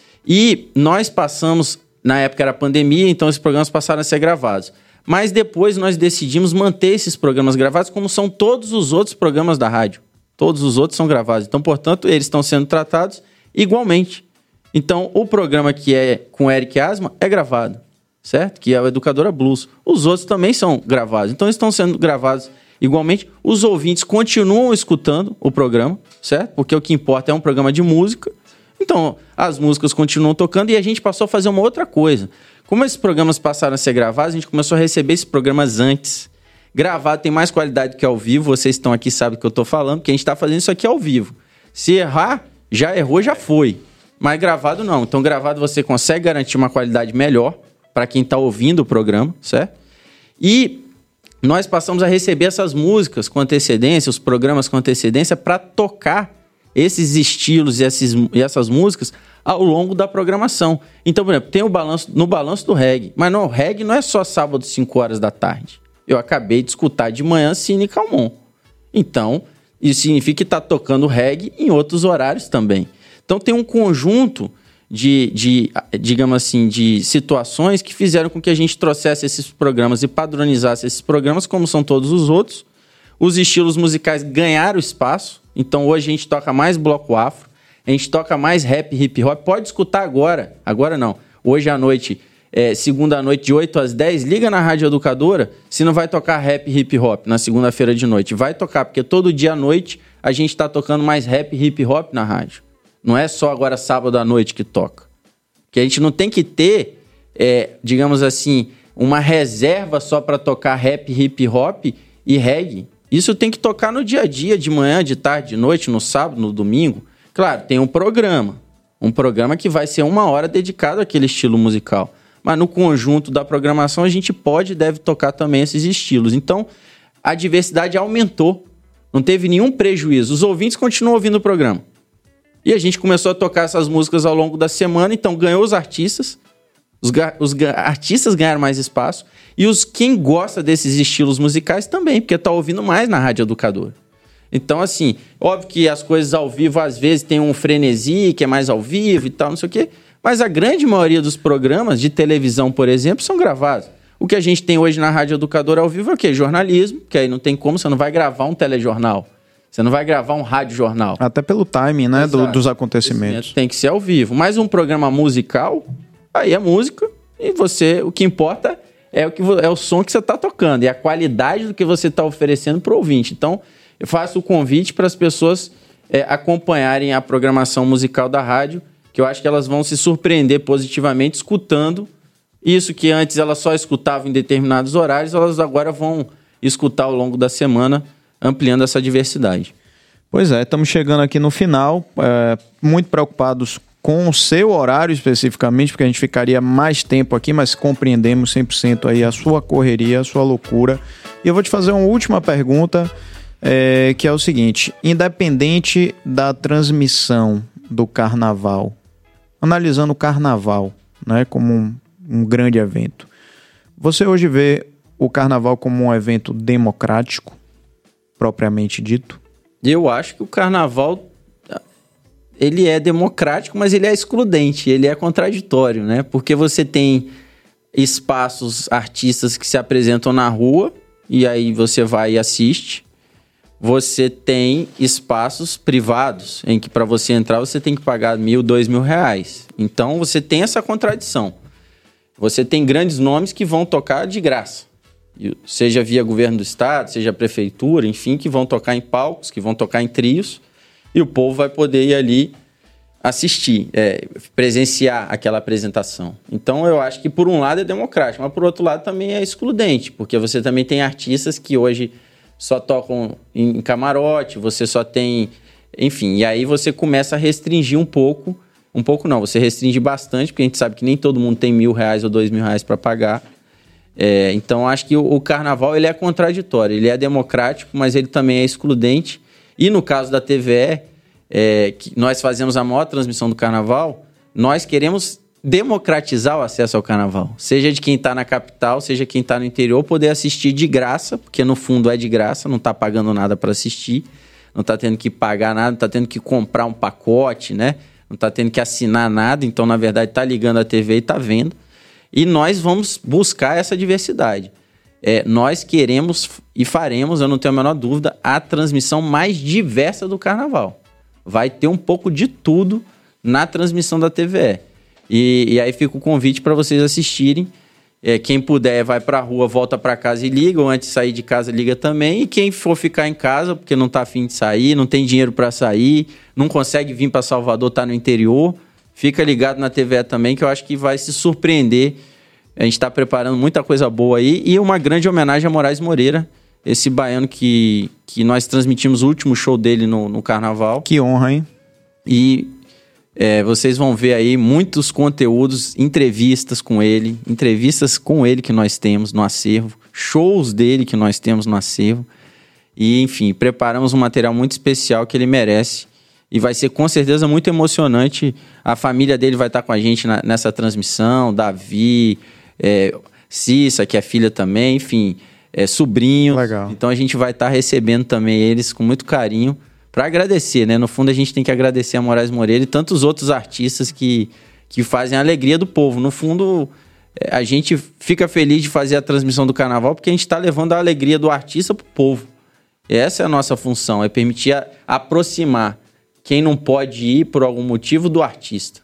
E nós passamos, na época era pandemia, então esses programas passaram a ser gravados. Mas depois nós decidimos manter esses programas gravados como são todos os outros programas da rádio. Todos os outros são gravados. Então, portanto, eles estão sendo tratados igualmente. Então, o programa que é com Eric Asma é gravado, certo? Que é o Educadora Blues. Os outros também são gravados. Então, eles estão sendo gravados igualmente. Os ouvintes continuam escutando o programa, certo? Porque o que importa é um programa de música. Então, as músicas continuam tocando e a gente passou a fazer uma outra coisa. Como esses programas passaram a ser gravados, a gente começou a receber esses programas antes. Gravado tem mais qualidade que ao vivo, vocês estão aqui, sabem o que eu estou falando, porque a gente está fazendo isso aqui ao vivo. Se errar, já errou, já foi. Mas gravado não. Então, gravado você consegue garantir uma qualidade melhor para quem está ouvindo o programa, certo? E nós passamos a receber essas músicas com antecedência, os programas com antecedência, para tocar esses estilos e, esses, e essas músicas ao longo da programação. Então, por exemplo, tem o balanço, no balanço do reggae, mas no reggae não é só sábado, cinco horas da tarde. Eu acabei de escutar de manhã Cine Calmon. Então, isso significa que está tocando reggae em outros horários também. Então, tem um conjunto de, de, digamos assim, de situações que fizeram com que a gente trouxesse esses programas e padronizasse esses programas, como são todos os outros. Os estilos musicais ganharam espaço. Então, hoje a gente toca mais bloco afro, a gente toca mais rap, hip hop. Pode escutar agora. Agora não. Hoje à noite, é, segunda à noite, de oito às dez, liga na Rádio Educadora se não vai tocar rap, hip hop na segunda-feira de noite. Vai tocar, porque todo dia à noite a gente está tocando mais rap, hip hop na rádio. Não é só agora sábado à noite que toca. Porque a gente não tem que ter, é, digamos assim, uma reserva só para tocar rap, hip hop e reggae. Isso tem que tocar no dia a dia, de manhã, de tarde, de noite, no sábado, no domingo. Claro, tem um programa. Um programa que vai ser uma hora dedicado àquele estilo musical. Mas no conjunto da programação a gente pode e deve tocar também esses estilos. Então, a diversidade aumentou. Não teve nenhum prejuízo. Os ouvintes continuam ouvindo o programa. E a gente começou a tocar essas músicas ao longo da semana. Então, ganhou os artistas. Os, os artistas ganharam mais espaço. E os quem gosta desses estilos musicais também, porque está ouvindo mais na Rádio Educadora. Então, assim, óbvio que as coisas ao vivo, às vezes, tem um frenesi, que é mais ao vivo e tal, não sei o quê. Mas a grande maioria dos programas de televisão, por exemplo, são gravados. O que a gente tem hoje na Rádio Educadora ao vivo é o quê? Jornalismo, que aí não tem como, você não vai gravar um telejornal. Você não vai gravar um rádio-jornal. Até pelo timing, né, do, dos acontecimentos. Tem que ser ao vivo. Mas um programa musical, aí é música e você, o que importa é o, que, é o som que você está tocando e a qualidade do que você está oferecendo para o ouvinte. Então, eu faço o convite para as pessoas é, acompanharem a programação musical da rádio, que eu acho que elas vão se surpreender positivamente escutando isso que antes elas só escutavam em determinados horários, elas agora vão escutar ao longo da semana, ampliando essa diversidade. Pois é, estamos chegando aqui no final, é, muito preocupados com o seu horário especificamente, porque a gente ficaria mais tempo aqui, mas compreendemos cem por cento aí a sua correria, a sua loucura. E eu vou te fazer uma última pergunta, é, que é o seguinte: independente da transmissão do carnaval, analisando o carnaval, né, como um, um grande evento, você hoje vê o carnaval como um evento democrático, propriamente dito? Eu acho que o carnaval, ele é democrático, mas ele é excludente, ele é contraditório, né? Porque você tem espaços, artistas que se apresentam na rua, e aí você vai e assiste. Você tem espaços privados, em que para você entrar você tem que pagar mil, dois mil reais. Então você tem essa contradição. Você tem grandes nomes que vão tocar de graça. Seja via governo do estado, seja prefeitura, enfim, que vão tocar em palcos, que vão tocar em trios, e o povo vai poder ir ali assistir, é, presenciar aquela apresentação. Então eu acho que por um lado é democrático, mas por outro lado também é excludente, porque você também tem artistas que hoje só tocam em camarote, você só tem... Enfim, e aí você começa a restringir um pouco, um pouco não, você restringe bastante, porque a gente sabe que nem todo mundo tem mil reais ou dois mil reais para pagar. É, então acho que o, o carnaval ele é contraditório, ele é democrático, mas ele também é excludente. E no caso da T V E, é, que nós fazemos a maior transmissão do carnaval, nós queremos democratizar o acesso ao carnaval, seja de quem está na capital, seja quem está no interior, poder assistir de graça, porque no fundo é de graça, não está pagando nada para assistir, não está tendo que pagar nada, não está tendo que comprar um pacote, né? Não está tendo que assinar nada, então na verdade está ligando a T V e está vendo. E nós vamos buscar essa diversidade. É, nós queremos e faremos, eu não tenho a menor dúvida, a transmissão mais diversa do carnaval. Vai ter um pouco de tudo na transmissão da T V E. E, e aí fica o convite para vocês assistirem. É, quem puder vai para a rua, volta para casa e liga, ou antes de sair de casa liga também. E quem for ficar em casa, porque não está afim de sair, não tem dinheiro para sair, não consegue vir para Salvador, está no interior... Fica ligado na T V E também, que eu acho que vai se surpreender. A gente está preparando muita coisa boa aí. E uma grande homenagem a Moraes Moreira, esse baiano que, que nós transmitimos o último show dele no, no Carnaval. Que honra, hein? E é, vocês vão ver aí muitos conteúdos, entrevistas com ele, entrevistas com ele que nós temos no acervo, shows dele que nós temos no acervo. E, enfim, preparamos um material muito especial que ele merece. E vai ser com certeza muito emocionante. A família dele vai estar com a gente na, nessa transmissão. Davi, é, Cissa, que é filha também, enfim, é, sobrinho. Legal. Então a gente vai estar recebendo também eles com muito carinho para agradecer, né? No fundo a gente tem que agradecer a Moraes Moreira e tantos outros artistas que, que fazem a alegria do povo. No fundo, a gente fica feliz de fazer a transmissão do carnaval porque a gente está levando a alegria do artista para o povo. Essa é a nossa função, é permitir a, aproximar quem não pode ir por algum motivo do artista.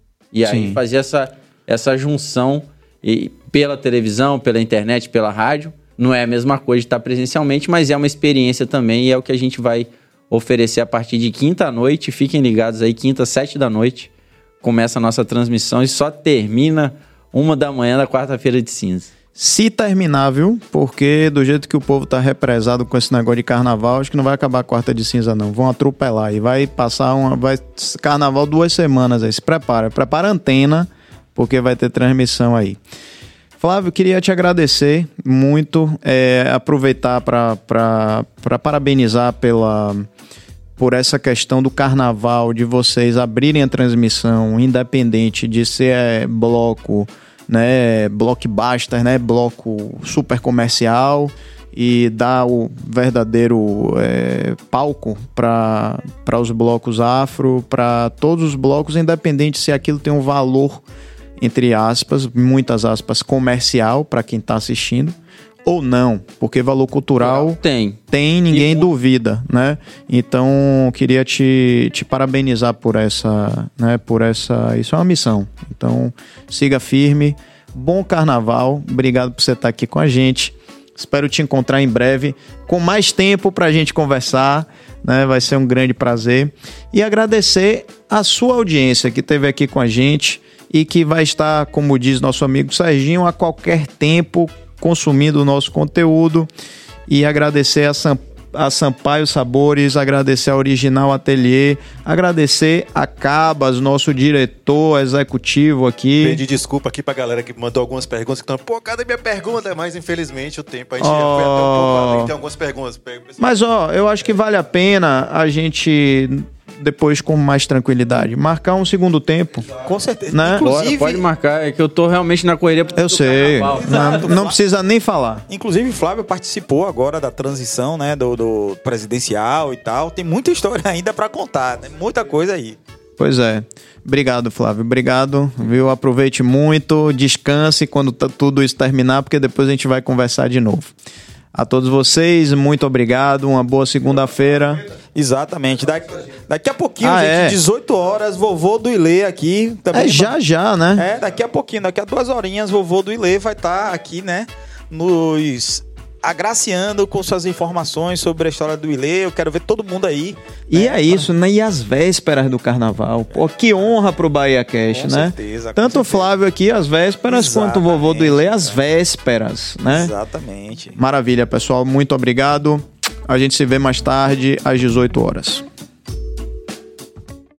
E aí Sim. fazer essa, essa junção e, pela televisão, pela internet, pela rádio. Não é a mesma coisa de estar presencialmente, mas é uma experiência também e é o que a gente vai oferecer a partir de quinta à noite. Fiquem ligados aí, quinta, sete da noite, começa a nossa transmissão e só termina uma da manhã da quarta-feira de cinza. Se terminar, viu? Porque do jeito que o povo tá represado com esse negócio de carnaval, acho que não vai acabar a quarta de cinza, não. Vão atropelar e vai passar uma... Vai, carnaval duas semanas aí. Se prepara. Prepara a antena, porque vai ter transmissão aí. Flávio, queria te agradecer muito. É, aproveitar para parabenizar pela... por essa questão do carnaval, de vocês abrirem a transmissão, independente de ser é, bloco... né, blockbuster, né, bloco super comercial e dar o verdadeiro é, palco para os blocos afro, para todos os blocos, independente se aquilo tem um valor entre aspas, muitas aspas, comercial para quem está assistindo, ou não, porque valor cultural tem, tem ninguém duvida, né? Então, queria te, te parabenizar por essa, né? Por essa, isso é uma missão. Então, siga firme, bom carnaval, obrigado por você estar aqui com a gente. Espero te encontrar em breve, com mais tempo para a gente conversar, né? Vai ser um grande prazer. E agradecer a sua audiência que esteve aqui com a gente e que vai estar, como diz nosso amigo Serginho, a qualquer tempo consumindo o nosso conteúdo. E agradecer a, Sam, a Sampaio Sabores, agradecer a Original Ateliê, agradecer a Cabas, nosso diretor executivo aqui. Pedir desculpa aqui pra galera que mandou algumas perguntas, que estão, pô, cadê minha pergunta? Mas infelizmente o tempo, a gente oh. já foi até um pouco além, tem algumas perguntas. Mas ó, eu acho que vale a pena a gente, depois com mais tranquilidade, marcar um segundo tempo. Com certeza. Né? Inclusive, pode marcar, é que eu tô realmente na correria. Eu sei, não, não precisa nem falar. Inclusive, Flávio participou agora da transição, né, do, do presidencial e tal. Tem muita história ainda pra contar, né? Muita coisa aí. Pois é. Obrigado, Flávio. Obrigado, viu? Aproveite muito, descanse quando tá tudo isso terminar, porque depois a gente vai conversar de novo. A todos vocês, muito obrigado. Uma boa segunda-feira. Exatamente. Daqui, daqui a pouquinho, ah, gente, é. dezoito horas, vovô do Ilê aqui. Também é já, já, né? É, daqui a pouquinho, daqui a duas horinhas, vovô do Ilê vai estar aqui, né? Nos agraciando com suas informações sobre a história do Ilê. Eu quero ver todo mundo aí. E né? é isso, né? E as vésperas do carnaval. Pô, que honra pro Bahia Cash, com né? Certeza, Tanto o certeza. Flávio aqui, as vésperas, Exatamente, quanto o vovô do Ilê, as né? vésperas, né? Exatamente. Maravilha, pessoal. Muito obrigado. A gente se vê mais tarde, às dezoito horas.